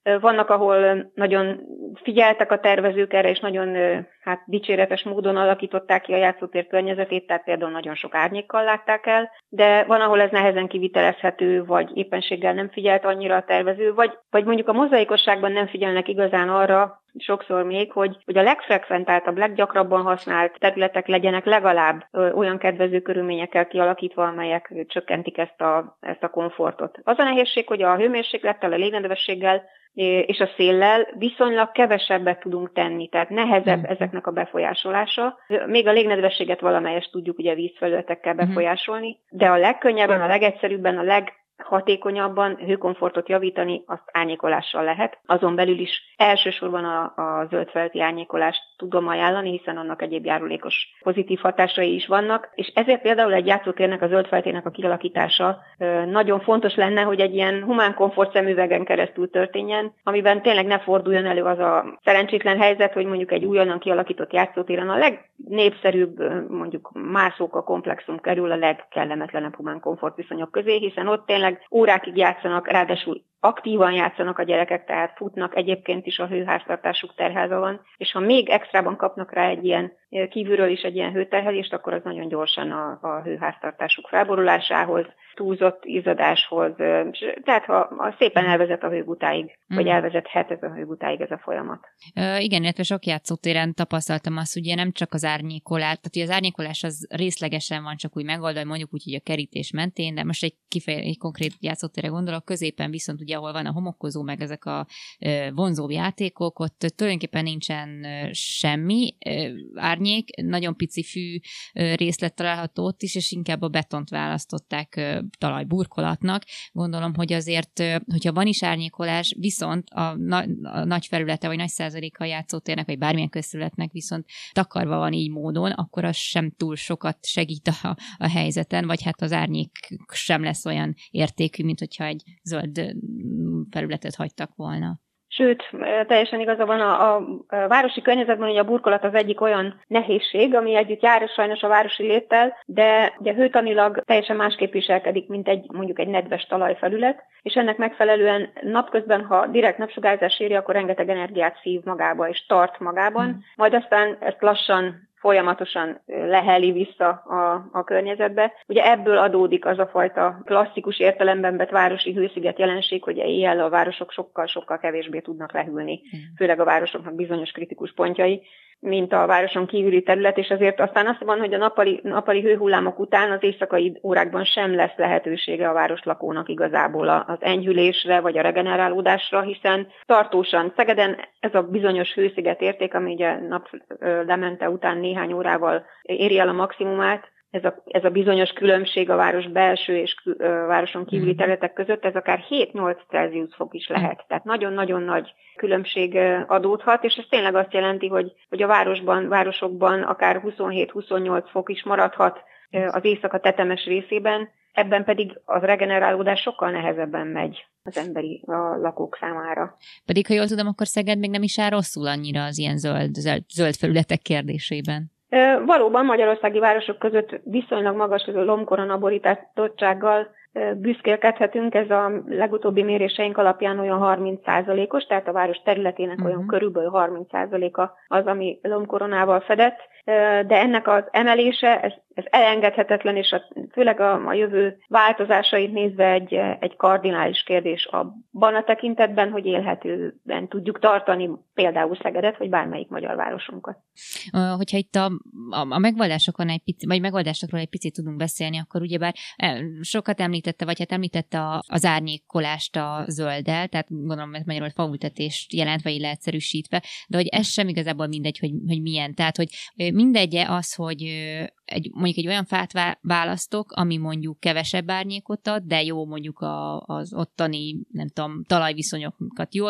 Speaker 4: Vannak, ahol nagyon figyeltek a tervezők erre, és nagyon dicséretes módon alakították ki a játszótér környezetét, tehát például nagyon sok árnyékkal látták el, de van, ahol ez nehezen kivitelezhető, vagy éppenséggel nem figyelt annyira a tervező, vagy mondjuk a mozaikosságban nem figyelnek igazán arra, sokszor még, hogy a legfrekventáltabb, leggyakrabban használt területek legyenek legalább olyan kedvező körülményekkel kialakítva, amelyek csökkentik ezt a komfortot. Az a nehézség, hogy a hőmérséklettel, a légnedvességgel és a széllel viszonylag kevesebbet tudunk tenni, tehát nehezebb ezeknek a befolyásolása. Még a légnedvességet valamelyest tudjuk ugye vízfelületekkel befolyásolni, de a legkönnyebben, a legegyszerűbben, a leghatékonyabban hőkomfortot javítani azt árnyékolással lehet. Azon belül is elsősorban a zöldfelületi árnyékolást tudom ajánlani, hiszen annak egyéb járulékos pozitív hatásai is vannak, és ezért például egy játszótérnek, a zöldfelületének a kialakítása nagyon fontos lenne, hogy egy ilyen humán komfort szemüvegen keresztül történjen, amiben tényleg ne forduljon elő az a szerencsétlen helyzet, hogy mondjuk egy újonnan kialakított játszótéren a legnépszerűbb, mondjuk mászóka komplexum kerül a legkellemetlenebb humán komfort viszonyok közé, hiszen ott tényleg órákig játszanak, ráadásul aktívan játszanak a gyerekek, tehát futnak, egyébként is a hőháztartásuk terhelve van, és ha még extrában kapnak rá egy ilyen kívülről is egy ilyen hőterhelést, akkor az nagyon gyorsan a hőháztartásuk felborulásához, túlzott izzadáshoz, tehát ha szépen elvezet a hőgutáig, vagy elvezethet ez a hőgutáig ez a folyamat.
Speaker 5: Igen, illetve sok játszótéren tapasztaltam azt, ugye nem csak az árnyékolás, tehát az árnyékolás az részlegesen van csak úgy megoldva, mondjuk úgy, hogy a kerítés mentén, de most egy konkrét játszótérre gondolok, középen viszont ugye, ahol van a homokkozó, meg ezek a vonzó játékok, ott tulajdonképpen nincsen semmi árnyék, nagyon pici fű részlet található ott is, és inkább a betont választották talajburkolatnak. Gondolom, hogy azért, hogyha van is árnyékolás, viszont a nagy felülete, vagy nagy százaléka a játszótérnek, vagy bármilyen közterületnek viszont takarva van így módon, akkor az sem túl sokat segít a helyzeten, vagy hát az árnyék sem lesz olyan értékű, mint hogyha egy zöld felületet hagytak volna.
Speaker 4: Sőt, teljesen igaza van, a városi környezetben ugye a burkolat az egyik olyan nehézség, ami együtt jár sajnos a városi léttel, de ugye hőtanilag teljesen másképp viselkedik, mint mondjuk egy nedves talajfelület, és ennek megfelelően napközben, ha direkt napsugárzás éri, akkor rengeteg energiát szív magába és tart magában, majd aztán ezt lassan folyamatosan leheli vissza a környezetbe. Ugye ebből adódik az a fajta klasszikus értelemben vett városi hősziget jelenség, hogy éjjel a városok sokkal-sokkal kevésbé tudnak lehűlni, főleg a városoknak bizonyos kritikus pontjai, mint a városon kívüli terület, és azért aztán azt van, hogy a nappali hőhullámok után az éjszakai órákban sem lesz lehetősége a városlakónak igazából az enyhülésre vagy a regenerálódásra, hiszen tartósan Szegeden ez a bizonyos hősziget érték, ami ugye nap lemente után néhány órával éri el a maximumát, ez a bizonyos különbség a város belső és városon kívüli területek között, ez akár 7-8 Celsius fok is lehet. Tehát nagyon-nagyon nagy különbség adódhat, és ez tényleg azt jelenti, hogy a városokban akár 27-28 fok is maradhat az éjszaka tetemes részében, ebben pedig az regenerálódás sokkal nehezebben megy az a lakók számára.
Speaker 5: Pedig, ha jól tudom, akkor Szeged még nem is áll rosszul annyira az ilyen zöld felületek kérdésében.
Speaker 4: Valóban magyarországi városok között viszonylag magas lombkorona borítottsággal büszkélkedhetünk, ez a legutóbbi méréseink alapján olyan 30%-os, tehát a város területének olyan körülbelül 30%-a az, ami lombkoronával fedett, de ennek az emelése, ez elengedhetetlen, és főleg a jövő változásait nézve egy kardinális kérdés abban a tekintetben, hogy élhetőben tudjuk tartani például Szegedet, vagy bármelyik magyar városunkat.
Speaker 5: Hogyha itt a megoldásokon egy picit, vagy megoldásokról egy picit tudunk beszélni, akkor ugyebár sokat említette az árnyékolást a zölddel, tehát gondolom, hogy magyarul faültetést jelent, vagy leegyszerűsítve, de hogy ez sem igazából mindegy, hogy milyen. Tehát, hogy mindegy az, hogy mondjuk egy olyan fát választok, ami mondjuk kevesebb árnyékot ad, de jó mondjuk az ottani, nem tudom, talajviszonyokat jól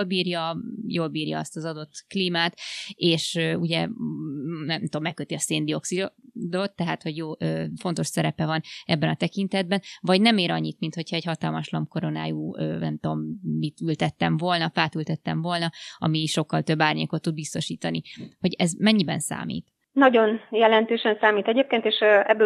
Speaker 5: bírja azt az adott klímát, és ugye, nem tudom, megköti a széndioxidot, tehát, hogy jó, fontos szerepe van ebben a tekintetben, vagy nem ér annyit, mint hogyha egy hatalmas lombkoronájú, nem tudom, fát ültettem volna, ami sokkal több árnyékot tud biztosítani. Hogy ez mennyiben számít?
Speaker 4: Nagyon jelentősen számít egyébként, és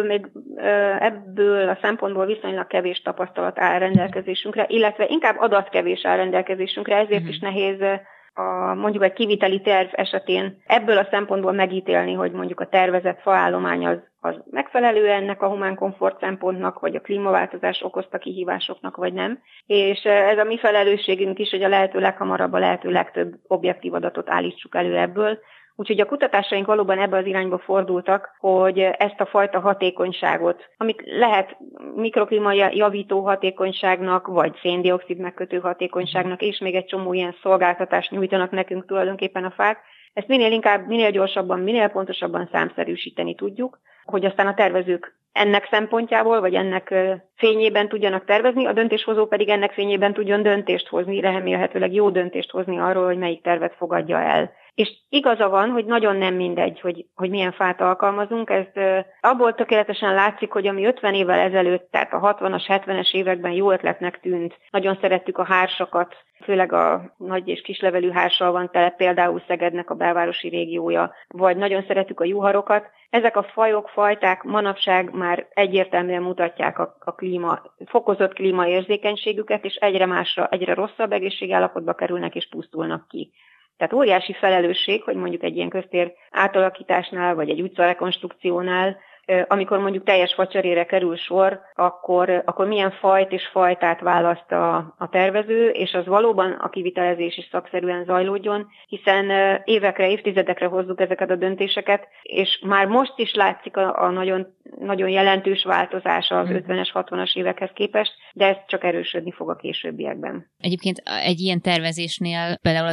Speaker 4: ebből a szempontból viszonylag kevés tapasztalat áll rendelkezésünkre, illetve inkább adatkevés áll rendelkezésünkre, ezért is nehéz mondjuk egy kiviteli terv esetén ebből a szempontból megítélni, hogy mondjuk a tervezett faállomány az megfelelő ennek a humán komfort szempontnak, vagy a klímaváltozás okozta kihívásoknak, vagy nem. És ez a mi felelősségünk is, hogy a lehető leghamarabb, a lehető legtöbb objektív adatot állítsuk elő ebből. Úgyhogy a kutatásaink valóban ebbe az irányba fordultak, hogy ezt a fajta hatékonyságot, amit lehet mikroklíma javító hatékonyságnak, vagy szén-dioxid megkötő hatékonyságnak, és még egy csomó ilyen szolgáltatást nyújtanak nekünk tulajdonképpen a fák, ezt minél gyorsabban, minél pontosabban számszerűsíteni tudjuk, hogy aztán a tervezők ennek szempontjából, vagy ennek fényében tudjanak tervezni, a döntéshozó pedig ennek fényében tudjon döntést hozni, remélhetőleg jó döntést hozni arról, hogy melyik tervet fogadja el. És igaza van, hogy nagyon nem mindegy, hogy milyen fát alkalmazunk. Ez abból tökéletesen látszik, hogy ami 50 évvel ezelőtt, tehát a 60-as, 70-es években jó ötletnek tűnt. Nagyon szerettük a hársakat, főleg a nagy és kislevelű hársal van tele, például Szegednek a belvárosi régiója, vagy nagyon szeretjük a juharokat. Ezek a fajok, fajták manapság már egyértelműen mutatják a fokozott klímaérzékenységüket, és egyre rosszabb egészségállapotba kerülnek és pusztulnak ki. Tehát óriási felelősség, hogy mondjuk egy ilyen köztér átalakításnál, vagy egy utcarekonstrukciónál, amikor mondjuk teljes facserére kerül sor, akkor milyen fajt és fajtát választ a tervező, és az valóban a kivitelezés is szakszerűen zajlódjon, hiszen évekre, évtizedekre hozzuk ezeket a döntéseket, és már most is látszik a nagyon, nagyon jelentős változás az 50-es, 60-as évekhez képest, de ez csak erősödni fog a későbbiekben.
Speaker 5: Egyébként egy ilyen tervezésnél például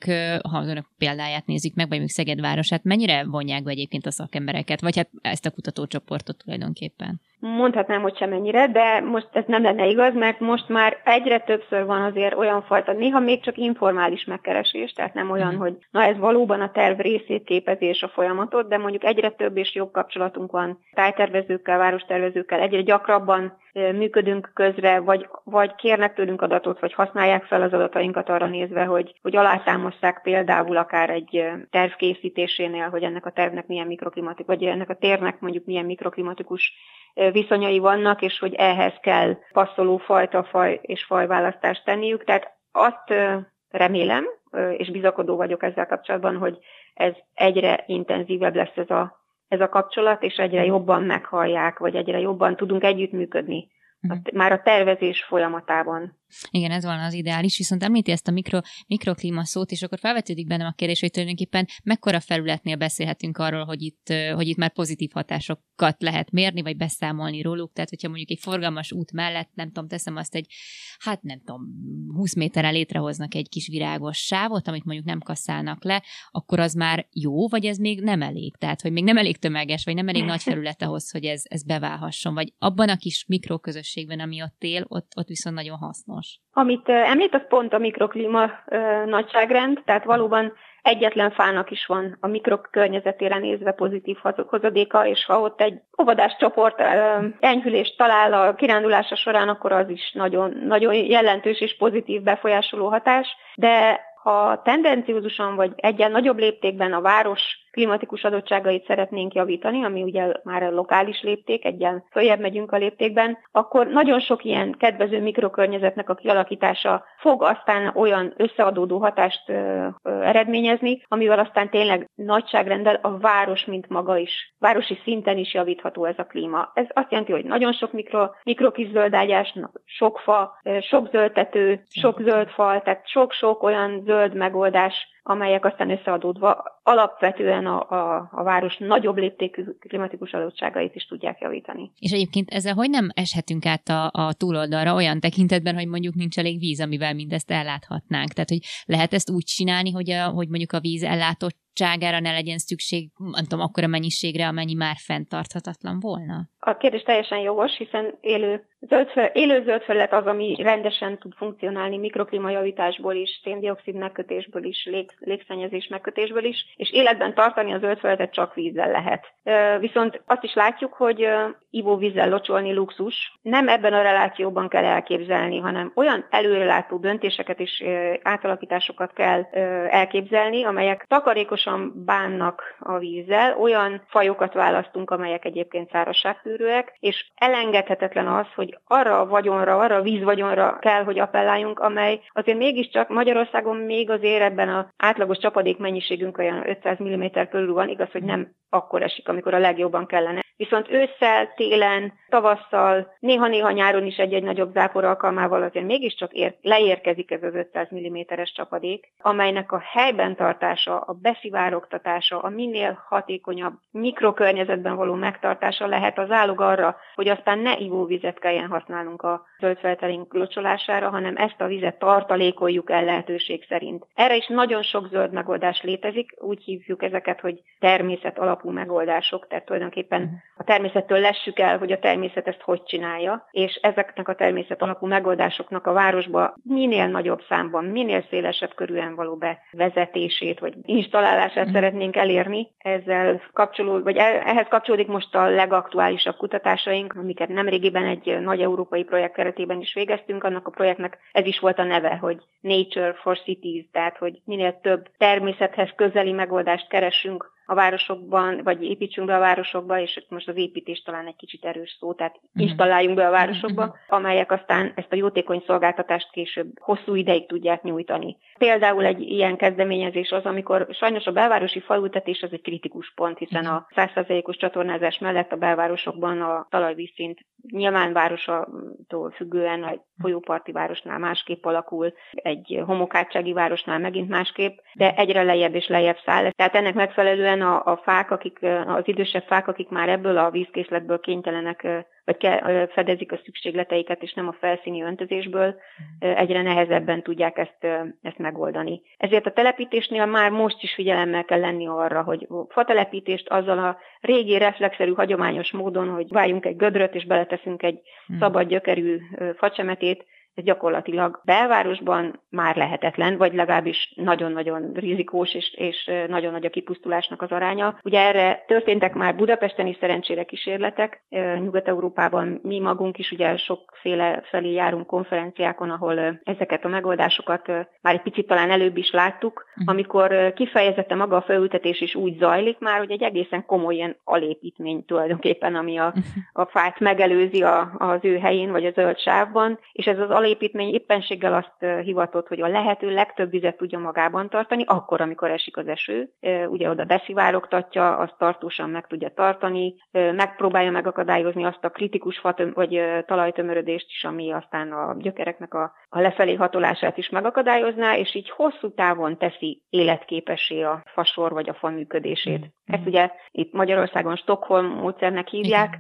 Speaker 5: ha az önök példáját nézzük meg, vagy még Szeged városát, mennyire vonják be egyébként a szakembereket, vagy hát ezt a kutatócsoportot tulajdonképpen?
Speaker 4: Mondhatnám, hogy semennyire, de most ez nem lenne igaz, mert most már egyre többször van azért olyan fajta, néha még csak informális megkeresés, tehát nem olyan, hogy na ez valóban a terv részét képezi és a folyamatot, de mondjuk egyre több és jobb kapcsolatunk van tájtervezőkkel, várostervezőkkel, egyre gyakrabban működünk közre, vagy kérnek tőlünk adatot, vagy használják fel az adatainkat arra nézve, hogy alátámaszták például akár egy terv készítésénél, hogy ennek a tervnek milyen mikroklimatikus, vagy ennek a térnek mondjuk milyen mikroklimatikus viszonyai vannak, és hogy ehhez kell passzoló faj és fajválasztást tenniük. Tehát azt remélem, és bizakodó vagyok ezzel kapcsolatban, hogy ez egyre intenzívebb lesz ez a kapcsolat, és egyre jobban meghallják, vagy egyre jobban tudunk együttműködni. Már a tervezés folyamatában.
Speaker 5: Igen, ez van az ideális, viszont említi ezt a mikroklíma szót, és akkor felvetődik bennem a kérdés, hogy tulajdonképpen mekkora felületnél beszélhetünk arról, hogy itt már pozitív hatásokat lehet mérni, vagy beszámolni róluk. Tehát, hogyha mondjuk egy forgalmas út mellett, nem tudom, teszem azt 20 méterrel létrehoznak egy kis virágos sávot, amit mondjuk nem kasszálnak le, akkor az már jó, vagy ez még nem elég? Tehát, hogy még nem elég tömeges, vagy nem elég nagy felület ahhoz, hogy ez beválhasson, vagy abban a kis mikroközösségben, ami ott él, ott viszont nagyon hasznos.
Speaker 4: Amit említ, az pont a mikroklíma nagyságrend, tehát valóban egyetlen fának is van a mikrok környezetére nézve pozitív hozadéka, és ha ott egy óvodás csoport enyhülést talál a kirándulása során, akkor az is nagyon, nagyon jelentős és pozitív befolyásoló hatás, de ha tendenciózusan vagy egyen nagyobb léptékben a város klimatikus adottságait szeretnénk javítani, ami ugye már a lokális lépték, egyen följebb megyünk a léptékben, akkor nagyon sok ilyen kedvező mikrokörnyezetnek a kialakítása fog aztán olyan összeadódó hatást eredményezni, amivel aztán tényleg nagyságrenddel a város, mint maga is, városi szinten is javítható ez a klíma. Ez azt jelenti, hogy nagyon sok mikrokis zöldágyás, sok fa, sok zöldtető, sok zöld fal, tehát sok-sok olyan zöld megoldás, amelyek aztán összeadódva alapvetően a város nagyobb léptékű klimatikus adottságait is tudják javítani.
Speaker 5: És egyébként ezzel hogy nem eshetünk át a túloldalra olyan tekintetben, hogy mondjuk nincs elég víz, amivel mindezt elláthatnánk? Tehát, hogy lehet ezt úgy csinálni, hogy mondjuk a víz ellátottságára ne legyen szükség, nem tudom, akkora mennyiségre, amennyi már fenntarthatatlan volna?
Speaker 4: A kérdés teljesen jogos, hiszen élő zöldfelület az, ami rendesen tud funkcionálni mikroklímajavításból is, szén-dioxid megkötésből is, légszennyezés megkötésből is, és életben tartani a zöldfelületet csak vízzel lehet. Viszont azt is látjuk, hogy ivóvízzel locsolni luxus. Nem ebben a relációban kell elképzelni, hanem olyan előrelátó döntéseket és átalakításokat kell elképzelni, amelyek takarékosan óvatosan bánnak a vízzel, olyan fajokat választunk, amelyek egyébként szárazságtűrőek, és elengedhetetlen az, hogy arra a vízvagyonra kell, hogy appelláljunk, amely azért mégiscsak Magyarországon még azért ebben az átlagos csapadék mennyiségünk olyan 500 mm körül van, igaz, hogy nem akkor esik, amikor a legjobban kellene. Viszont ősszel, télen, tavasszal, néha-néha nyáron is egy-egy nagyobb zápor alkalmával azért mégiscsak leérkezik ez az 500 mm-es csapadék, amelynek a helyben tartása, a beszivárogtatása, a minél hatékonyabb mikrokörnyezetben való megtartása lehet az zálog arra, hogy aztán ne ivóvizet kelljen használnunk a zöldfeltelénk locsolására, hanem ezt a vizet tartalékoljuk el lehetőség szerint. Erre is nagyon sok zöld megoldás létezik, úgy hívjuk ezeket, hogy természet alapú megoldások, tehát tulajdonképpen a természettől lessük el, hogy a természet ezt hogy csinálja, és ezeknek a természet alapú megoldásoknak a városba minél nagyobb számban, minél szélesebb körűen való bevezetését, vagy installálását szeretnénk elérni. Ehhez kapcsolódik most a legaktuálisabb kutatásaink, amiket nemrégiben egy nagy európai projekt keretében is végeztünk. Annak a projektnek ez is volt a neve, hogy Nature for Cities, tehát hogy minél több természethez közeli megoldást keressünk a városokban, vagy építsünk be a városokba, és most az építés talán egy kicsit erős szó, tehát installáljunk be a városokba, amelyek aztán ezt a jótékony szolgáltatást később hosszú ideig tudják nyújtani. Például egy ilyen kezdeményezés az, amikor sajnos a belvárosi falültetés az egy kritikus pont, hiszen a 100%-os csatornázás mellett a belvárosokban a talajvízszint nyilván városától függően a folyóparti városnál másképp alakul, egy homokátsági városnál megint másképp, de egyre lejjebb és lejjebb száll. Tehát ennek megfelelően a fák, az idősebb fák, akik már ebből a vízkészletből kénytelenek, vagy fedezik a szükségleteiket, és nem a felszíni öntözésből, egyre nehezebben tudják ezt megoldani. Ezért a telepítésnél már most is figyelemmel kell lenni arra, hogy fatelepítést azzal a régi reflexzerű hagyományos módon, hogy váljunk egy gödröt, és beleteszünk egy szabad gyökerű facsemetét, ez gyakorlatilag belvárosban már lehetetlen, vagy legalábbis nagyon-nagyon rizikós, és nagyon nagy a kipusztulásnak az aránya. Ugye erre történtek már Budapesten is szerencsére kísérletek, Nyugat-Európában mi magunk is ugye sokféle felé járunk konferenciákon, ahol ezeket a megoldásokat már egy picit talán előbb is láttuk, amikor kifejezetten maga a felültetés is úgy zajlik már, hogy egy egészen komoly ilyen alépítmény tulajdonképpen, ami a fát megelőzi az ő helyén, vagy a zöld sávban, és ez az alépítmény éppenséggel azt hivatott, hogy a lehető legtöbb vizet tudja magában tartani, akkor, amikor esik az eső. Ugye oda beszivárogtatja, azt tartósan meg tudja tartani, megpróbálja megakadályozni azt a kritikus vagy talajtömörödést is, ami aztán a gyökereknek a lefelé hatolását is megakadályozná, és így hosszú távon teszi életképessé a fasor vagy a fa működését. Ezt ugye itt Magyarországon Stockholm módszernek hívják,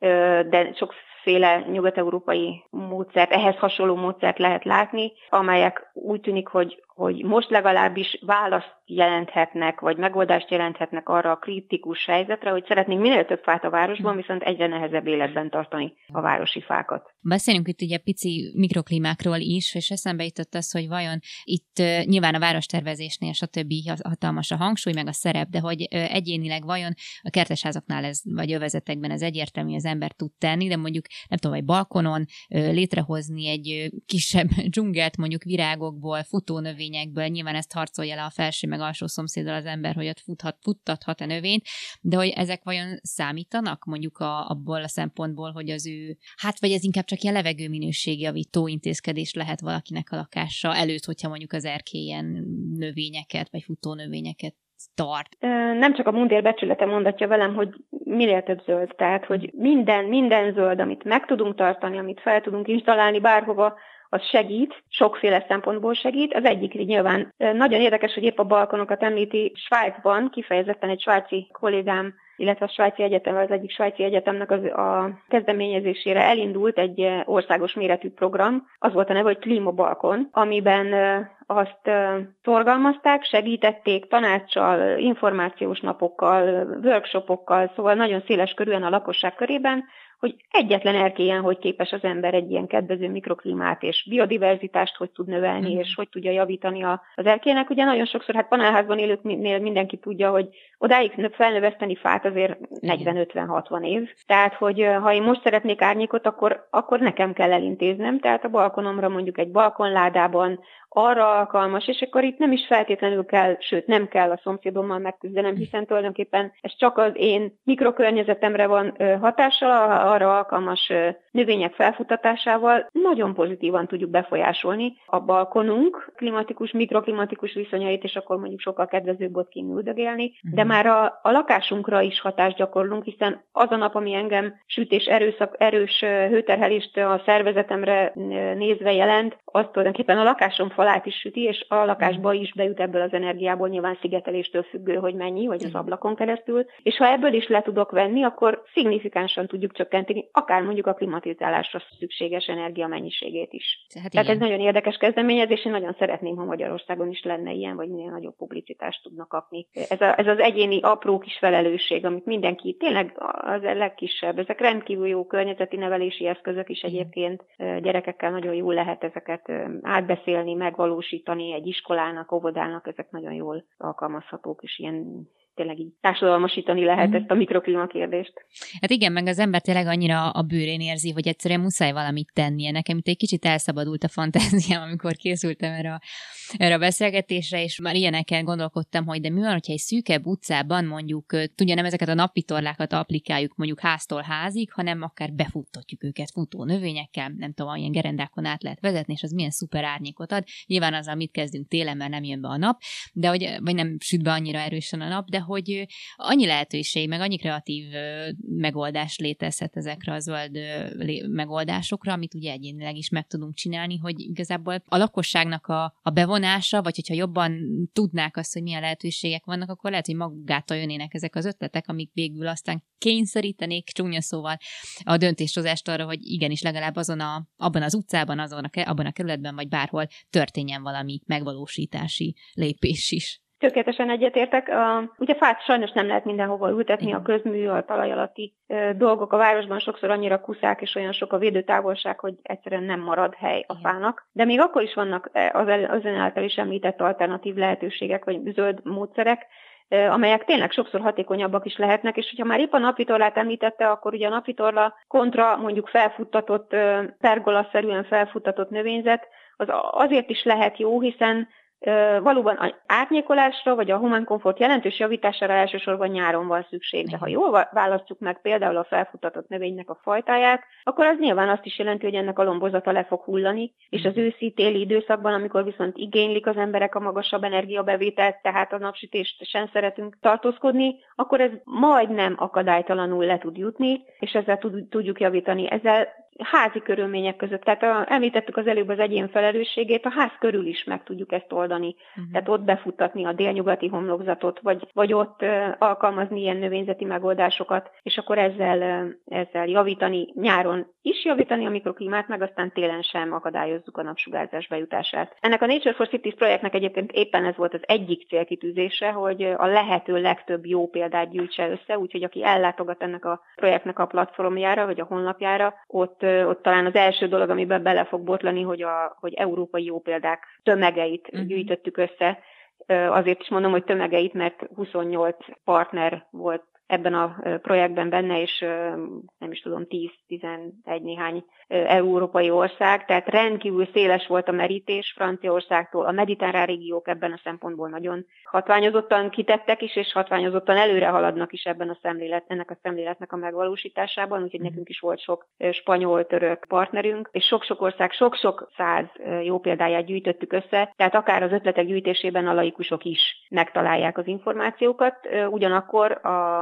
Speaker 4: de sokféle nyugat-európai módszert, ehhez hasonló módszert lehet látni, amelyek úgy tűnik, hogy most legalábbis választ jelenthetnek, vagy megoldást jelenthetnek arra a kritikus helyzetre, hogy szeretnénk minél több fát a városban, viszont egyre nehezebb életben tartani a városi fákat.
Speaker 5: Beszélünk itt ugye pici mikroklímákról is, és eszembe jutott az, hogy vajon itt nyilván a várostervezésnél stb. Hatalmas a hangsúly, meg a szerep, de hogy egyénileg vajon a kertesházaknál ez, vagy övezetekben ez egyértelmű, az ember tud tenni, de mondjuk nem tudom, egy balkonon létrehozni egy kisebb dzsungelt mondjuk virágokból, futónövényekből, nyilván ezt harcolja le a felső meg alsó szomszéddal az ember, hogy ott futtathat a növényt, de hogy ezek vajon számítanak mondjuk abból a szempontból, hogy az ő, vagy ez inkább csak ilyen levegőminőségjavító intézkedés lehet valakinek a lakása előtt, hogyha mondjuk az erkélyen növényeket, vagy futónövényeket tart.
Speaker 4: Nem csak a mundér becsülete mondatja velem, hogy minél több zöld, tehát hogy minden zöld, amit meg tudunk tartani, amit fel tudunk installálni bárhova, az segít, sokféle szempontból segít. Az egyik nyilván nagyon érdekes, hogy épp a balkonokat említi, Svájcban kifejezetten egy svájci kollégám, illetve a svájci egyetem, az egyik svájci egyetemnek a kezdeményezésére elindult egy országos méretű program. Az volt a neve, hogy Klímabalkon, amiben azt szorgalmazták, segítették tanácssal, információs napokkal, workshopokkal, szóval nagyon széles körűen a lakosság körében, hogy egyetlen erkélyen hogy képes az ember egy ilyen kedvező mikroklímát és biodiverzitást hogy tud növelni, és hogy tudja javítani az erkélynek. Ugye nagyon sokszor, hát panelházban élőknél mindenki tudja, hogy odáig felnöveszteni fát azért 40-50-60 év. Tehát, hogy ha én most szeretnék árnyékot, akkor nekem kell elintéznem. Tehát a balkonomra mondjuk egy balkonládában arra alkalmas, és akkor itt nem is feltétlenül kell, sőt nem kell a szomszédommal megküzdenem, hiszen tulajdonképpen ez csak az én mikrokörnyezetemre van hatással, arra alkalmas növények felfutatásával nagyon pozitívan tudjuk befolyásolni a balkonunk klimatikus, mikroklimatikus viszonyait, és akkor mondjuk sokkal kedvezőbb ott kint üldögélni, de már a lakásunkra is hatást gyakorlunk, hiszen az a nap, ami engem süt és erős hőterhelést a szervezetemre nézve jelent, az tulajdonképpen a lakásom falát is süti, és a lakásba is bejut ebből az energiából, nyilván szigeteléstől függő, hogy mennyi, vagy az ablakon keresztül. És ha ebből is le tudok venni, akkor szignifikánsan tudjuk csökkenteni akár mondjuk a klimatizálásra szükséges energia mennyiségét is. Tehát ez nagyon érdekes kezdeményezés, én nagyon szeretném, ha Magyarországon is lenne ilyen, vagy minél nagyobb publicitást tudnak kapni. Ez az egyéni apró kis felelősség, amit mindenki, tényleg az a legkisebb, ezek rendkívül jó környezeti nevelési eszközök is egyébként, gyerekekkel nagyon jól lehet ezeket átbeszélni, megvalósítani egy iskolának, óvodának, ezek nagyon jól alkalmazhatók, és ilyen tényleg így társadalmasítani lehet ezt a mikroklíma kérdést.
Speaker 5: Hát igen, meg az ember tényleg annyira a bőrén érzi, hogy egyszerűen muszáj valamit tennie. Nekem itt egy kicsit elszabadult a fantáziám, amikor készültem erre a beszélgetésre, és már ilyeneken gondolkodtam, hogy de mi van, hogyha egy szűkebb utcában mondjuk, tudja, nem ezeket a napvitorlákat applikáljuk mondjuk háztól házig, hanem akár befuttatjuk őket futó növényekkel, nem tudom, ilyen gerendákon át lehet vezetni, és az milyen szuper árnyékot ad. Nyilván azzal mit kezdünk télen, mert nem jön be a nap, de vagy nem süt be annyira erősen a nap, de hogy annyi lehetőség, meg annyi kreatív megoldás létezhet ezekre a zöld megoldásokra, amit ugye egyénileg is meg tudunk csinálni, hogy igazából a lakosságnak a bevonása, vagy hogyha jobban tudnák azt, hogy milyen lehetőségek vannak, akkor lehet, hogy magától jönnének ezek az ötletek, amik végül aztán kényszerítenék, csúnya szóval, a döntéshozást arra, hogy igenis legalább abban az utcában, abban a kerületben, vagy bárhol történjen valami megvalósítási lépés is.
Speaker 4: Tökéletesen egyetértek. Ugye fát sajnos nem lehet mindenhova ültetni, a közmű, a talaj alatti dolgok a városban sokszor annyira kuszák, és olyan sok a védőtávolság, hogy egyszerűen nem marad hely a fának. De még akkor is vannak az ön által is említett alternatív lehetőségek, vagy zöld módszerek, amelyek tényleg sokszor hatékonyabbak is lehetnek, és hogyha már épp a napvitorlát említette, akkor ugye a napvitorla kontra mondjuk felfuttatott, pergolaszerűen felfuttatott növényzet, az azért is lehet jó, hiszen valóban az árnyékolásra vagy a humán komfort jelentős javítására elsősorban nyáron van szükség, de ha jól választjuk meg például a felfuttatott növénynek a fajtáját, akkor az nyilván azt is jelenti, hogy ennek a lombozata le fog hullani, és az őszi-téli időszakban, amikor viszont igénylik az emberek a magasabb energiabevételt, tehát a napsütést sem szeretünk tartózkodni, akkor ez majdnem akadálytalanul le tud jutni, és ezzel tudjuk javítani. Ezzel házi körülmények között, tehát említettük az előbb az egyén felelősségét, a ház körül is meg tudjuk ezt oldani. Tehát ott befuttatni a délnyugati homlokzatot, vagy ott alkalmazni ilyen növényzeti megoldásokat, és akkor ezzel javítani, nyáron is javítani a mikroklímát, meg aztán télen sem akadályozzuk a napsugárzás bejutását. Ennek a Nature for Cities projektnek egyébként éppen ez volt az egyik célkitűzése, hogy a lehető legtöbb jó példát gyűjtse össze, úgyhogy aki ellátogat ennek a projektnek a platformjára, vagy a honlapjára, ott talán az első dolog, amiben bele fog botlani, hogy európai jó példák tömegeit gyűjtöttük össze. Azért is mondom, hogy tömegeit, mert 28 partner volt ebben a projektben benne, és nem is tudom, 10-11 néhány európai ország, tehát rendkívül széles volt a merítés Franciaországtól, a mediterrán régiók ebben a szempontból nagyon hatványozottan kitettek is, és hatványozottan előre haladnak is ebben ennek a szemléletnek a megvalósításában, úgyhogy nekünk is volt sok spanyol-török partnerünk, és sok-sok ország, sok-sok száz jó példáját gyűjtöttük össze, tehát akár az ötletek gyűjtésében a laikusok is megtalálják az információkat, ugyanakkor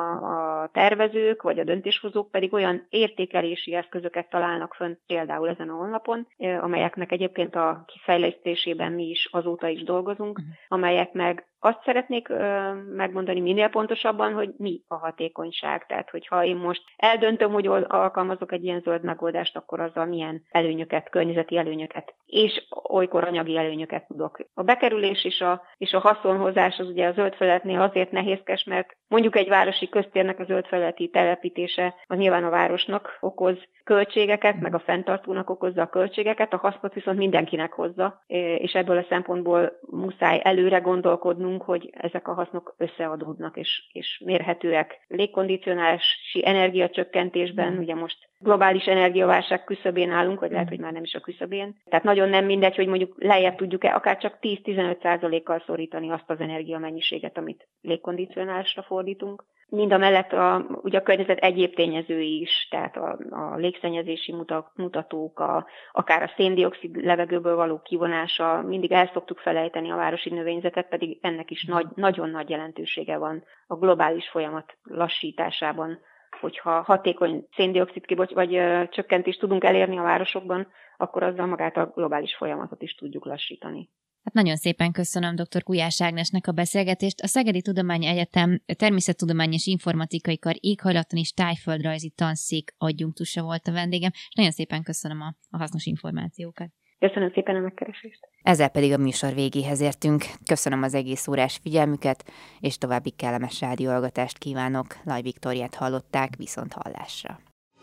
Speaker 4: a tervezők vagy a döntéshozók pedig olyan értékelési eszközöket találnak fönn például ezen a honlapon, amelyeknek egyébként a kifejlesztésében mi is azóta is dolgozunk, amelyek meg azt szeretnék megmondani minél pontosabban, hogy mi a hatékonyság. Tehát, hogyha én most eldöntöm, hogy alkalmazok egy ilyen zöld megoldást, akkor azzal milyen előnyöket, környezeti előnyöket és olykor anyagi előnyöket tudok. A bekerülés és a haszonhozás az ugye a zöld felületnél azért nehézkes, mert mondjuk egy városi köztérnek a zöld felületi telepítése az nyilván a városnak okoz költségeket, meg a fenntartónak okozza a költségeket, a hasznot viszont mindenkinek hozza, és ebből a szempontból muszáj előre gondolkodnunk, hogy ezek a hasznok összeadódnak és mérhetőek. Légkondicionálási energiacsökkentésben, ugye most globális energiaválság küszöbén állunk, vagy lehet, hogy már nem is a küszöbén. Tehát nagyon nem mindegy, hogy mondjuk lejjebb tudjuk-e akár csak 10-15%-kal szorítani azt az energiamennyiséget, amit légkondicionálásra fordítunk. Mindamellett ugye a környezet egyéb tényezői is, tehát a légszennyezési mutatók, akár a szén-dioxid levegőből való kivonása, mindig el szoktuk felejteni a városi növényzetet, pedig ennek is nagyon nagy jelentősége van a globális folyamat lassításában. Hogyha hatékony szén-dioxid vagy csökkentést tudunk elérni a városokban, akkor azzal magát a globális folyamatot is tudjuk lassítani.
Speaker 5: Hát nagyon szépen köszönöm dr. Gulyás Ágnesnek a beszélgetést. A Szegedi Tudományegyetem Természettudományi és Informatikai Kar éghajlaton és tájföldrajzi tanszék adjunktusa volt a vendégem, és nagyon szépen köszönöm a hasznos információkat.
Speaker 4: Köszönöm szépen a megkeresést.
Speaker 2: Ezzel pedig a műsor végéhez értünk. Köszönöm az egész órás figyelmüket, és további kellemes rádióhallgatást kívánok. Laj Viktóriát hallották, viszont hallásra.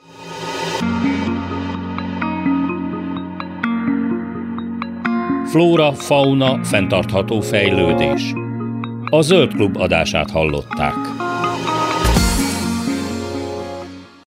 Speaker 1: Flóra, fauna, fenntartható fejlődés. A Zöld Klub adását hallották.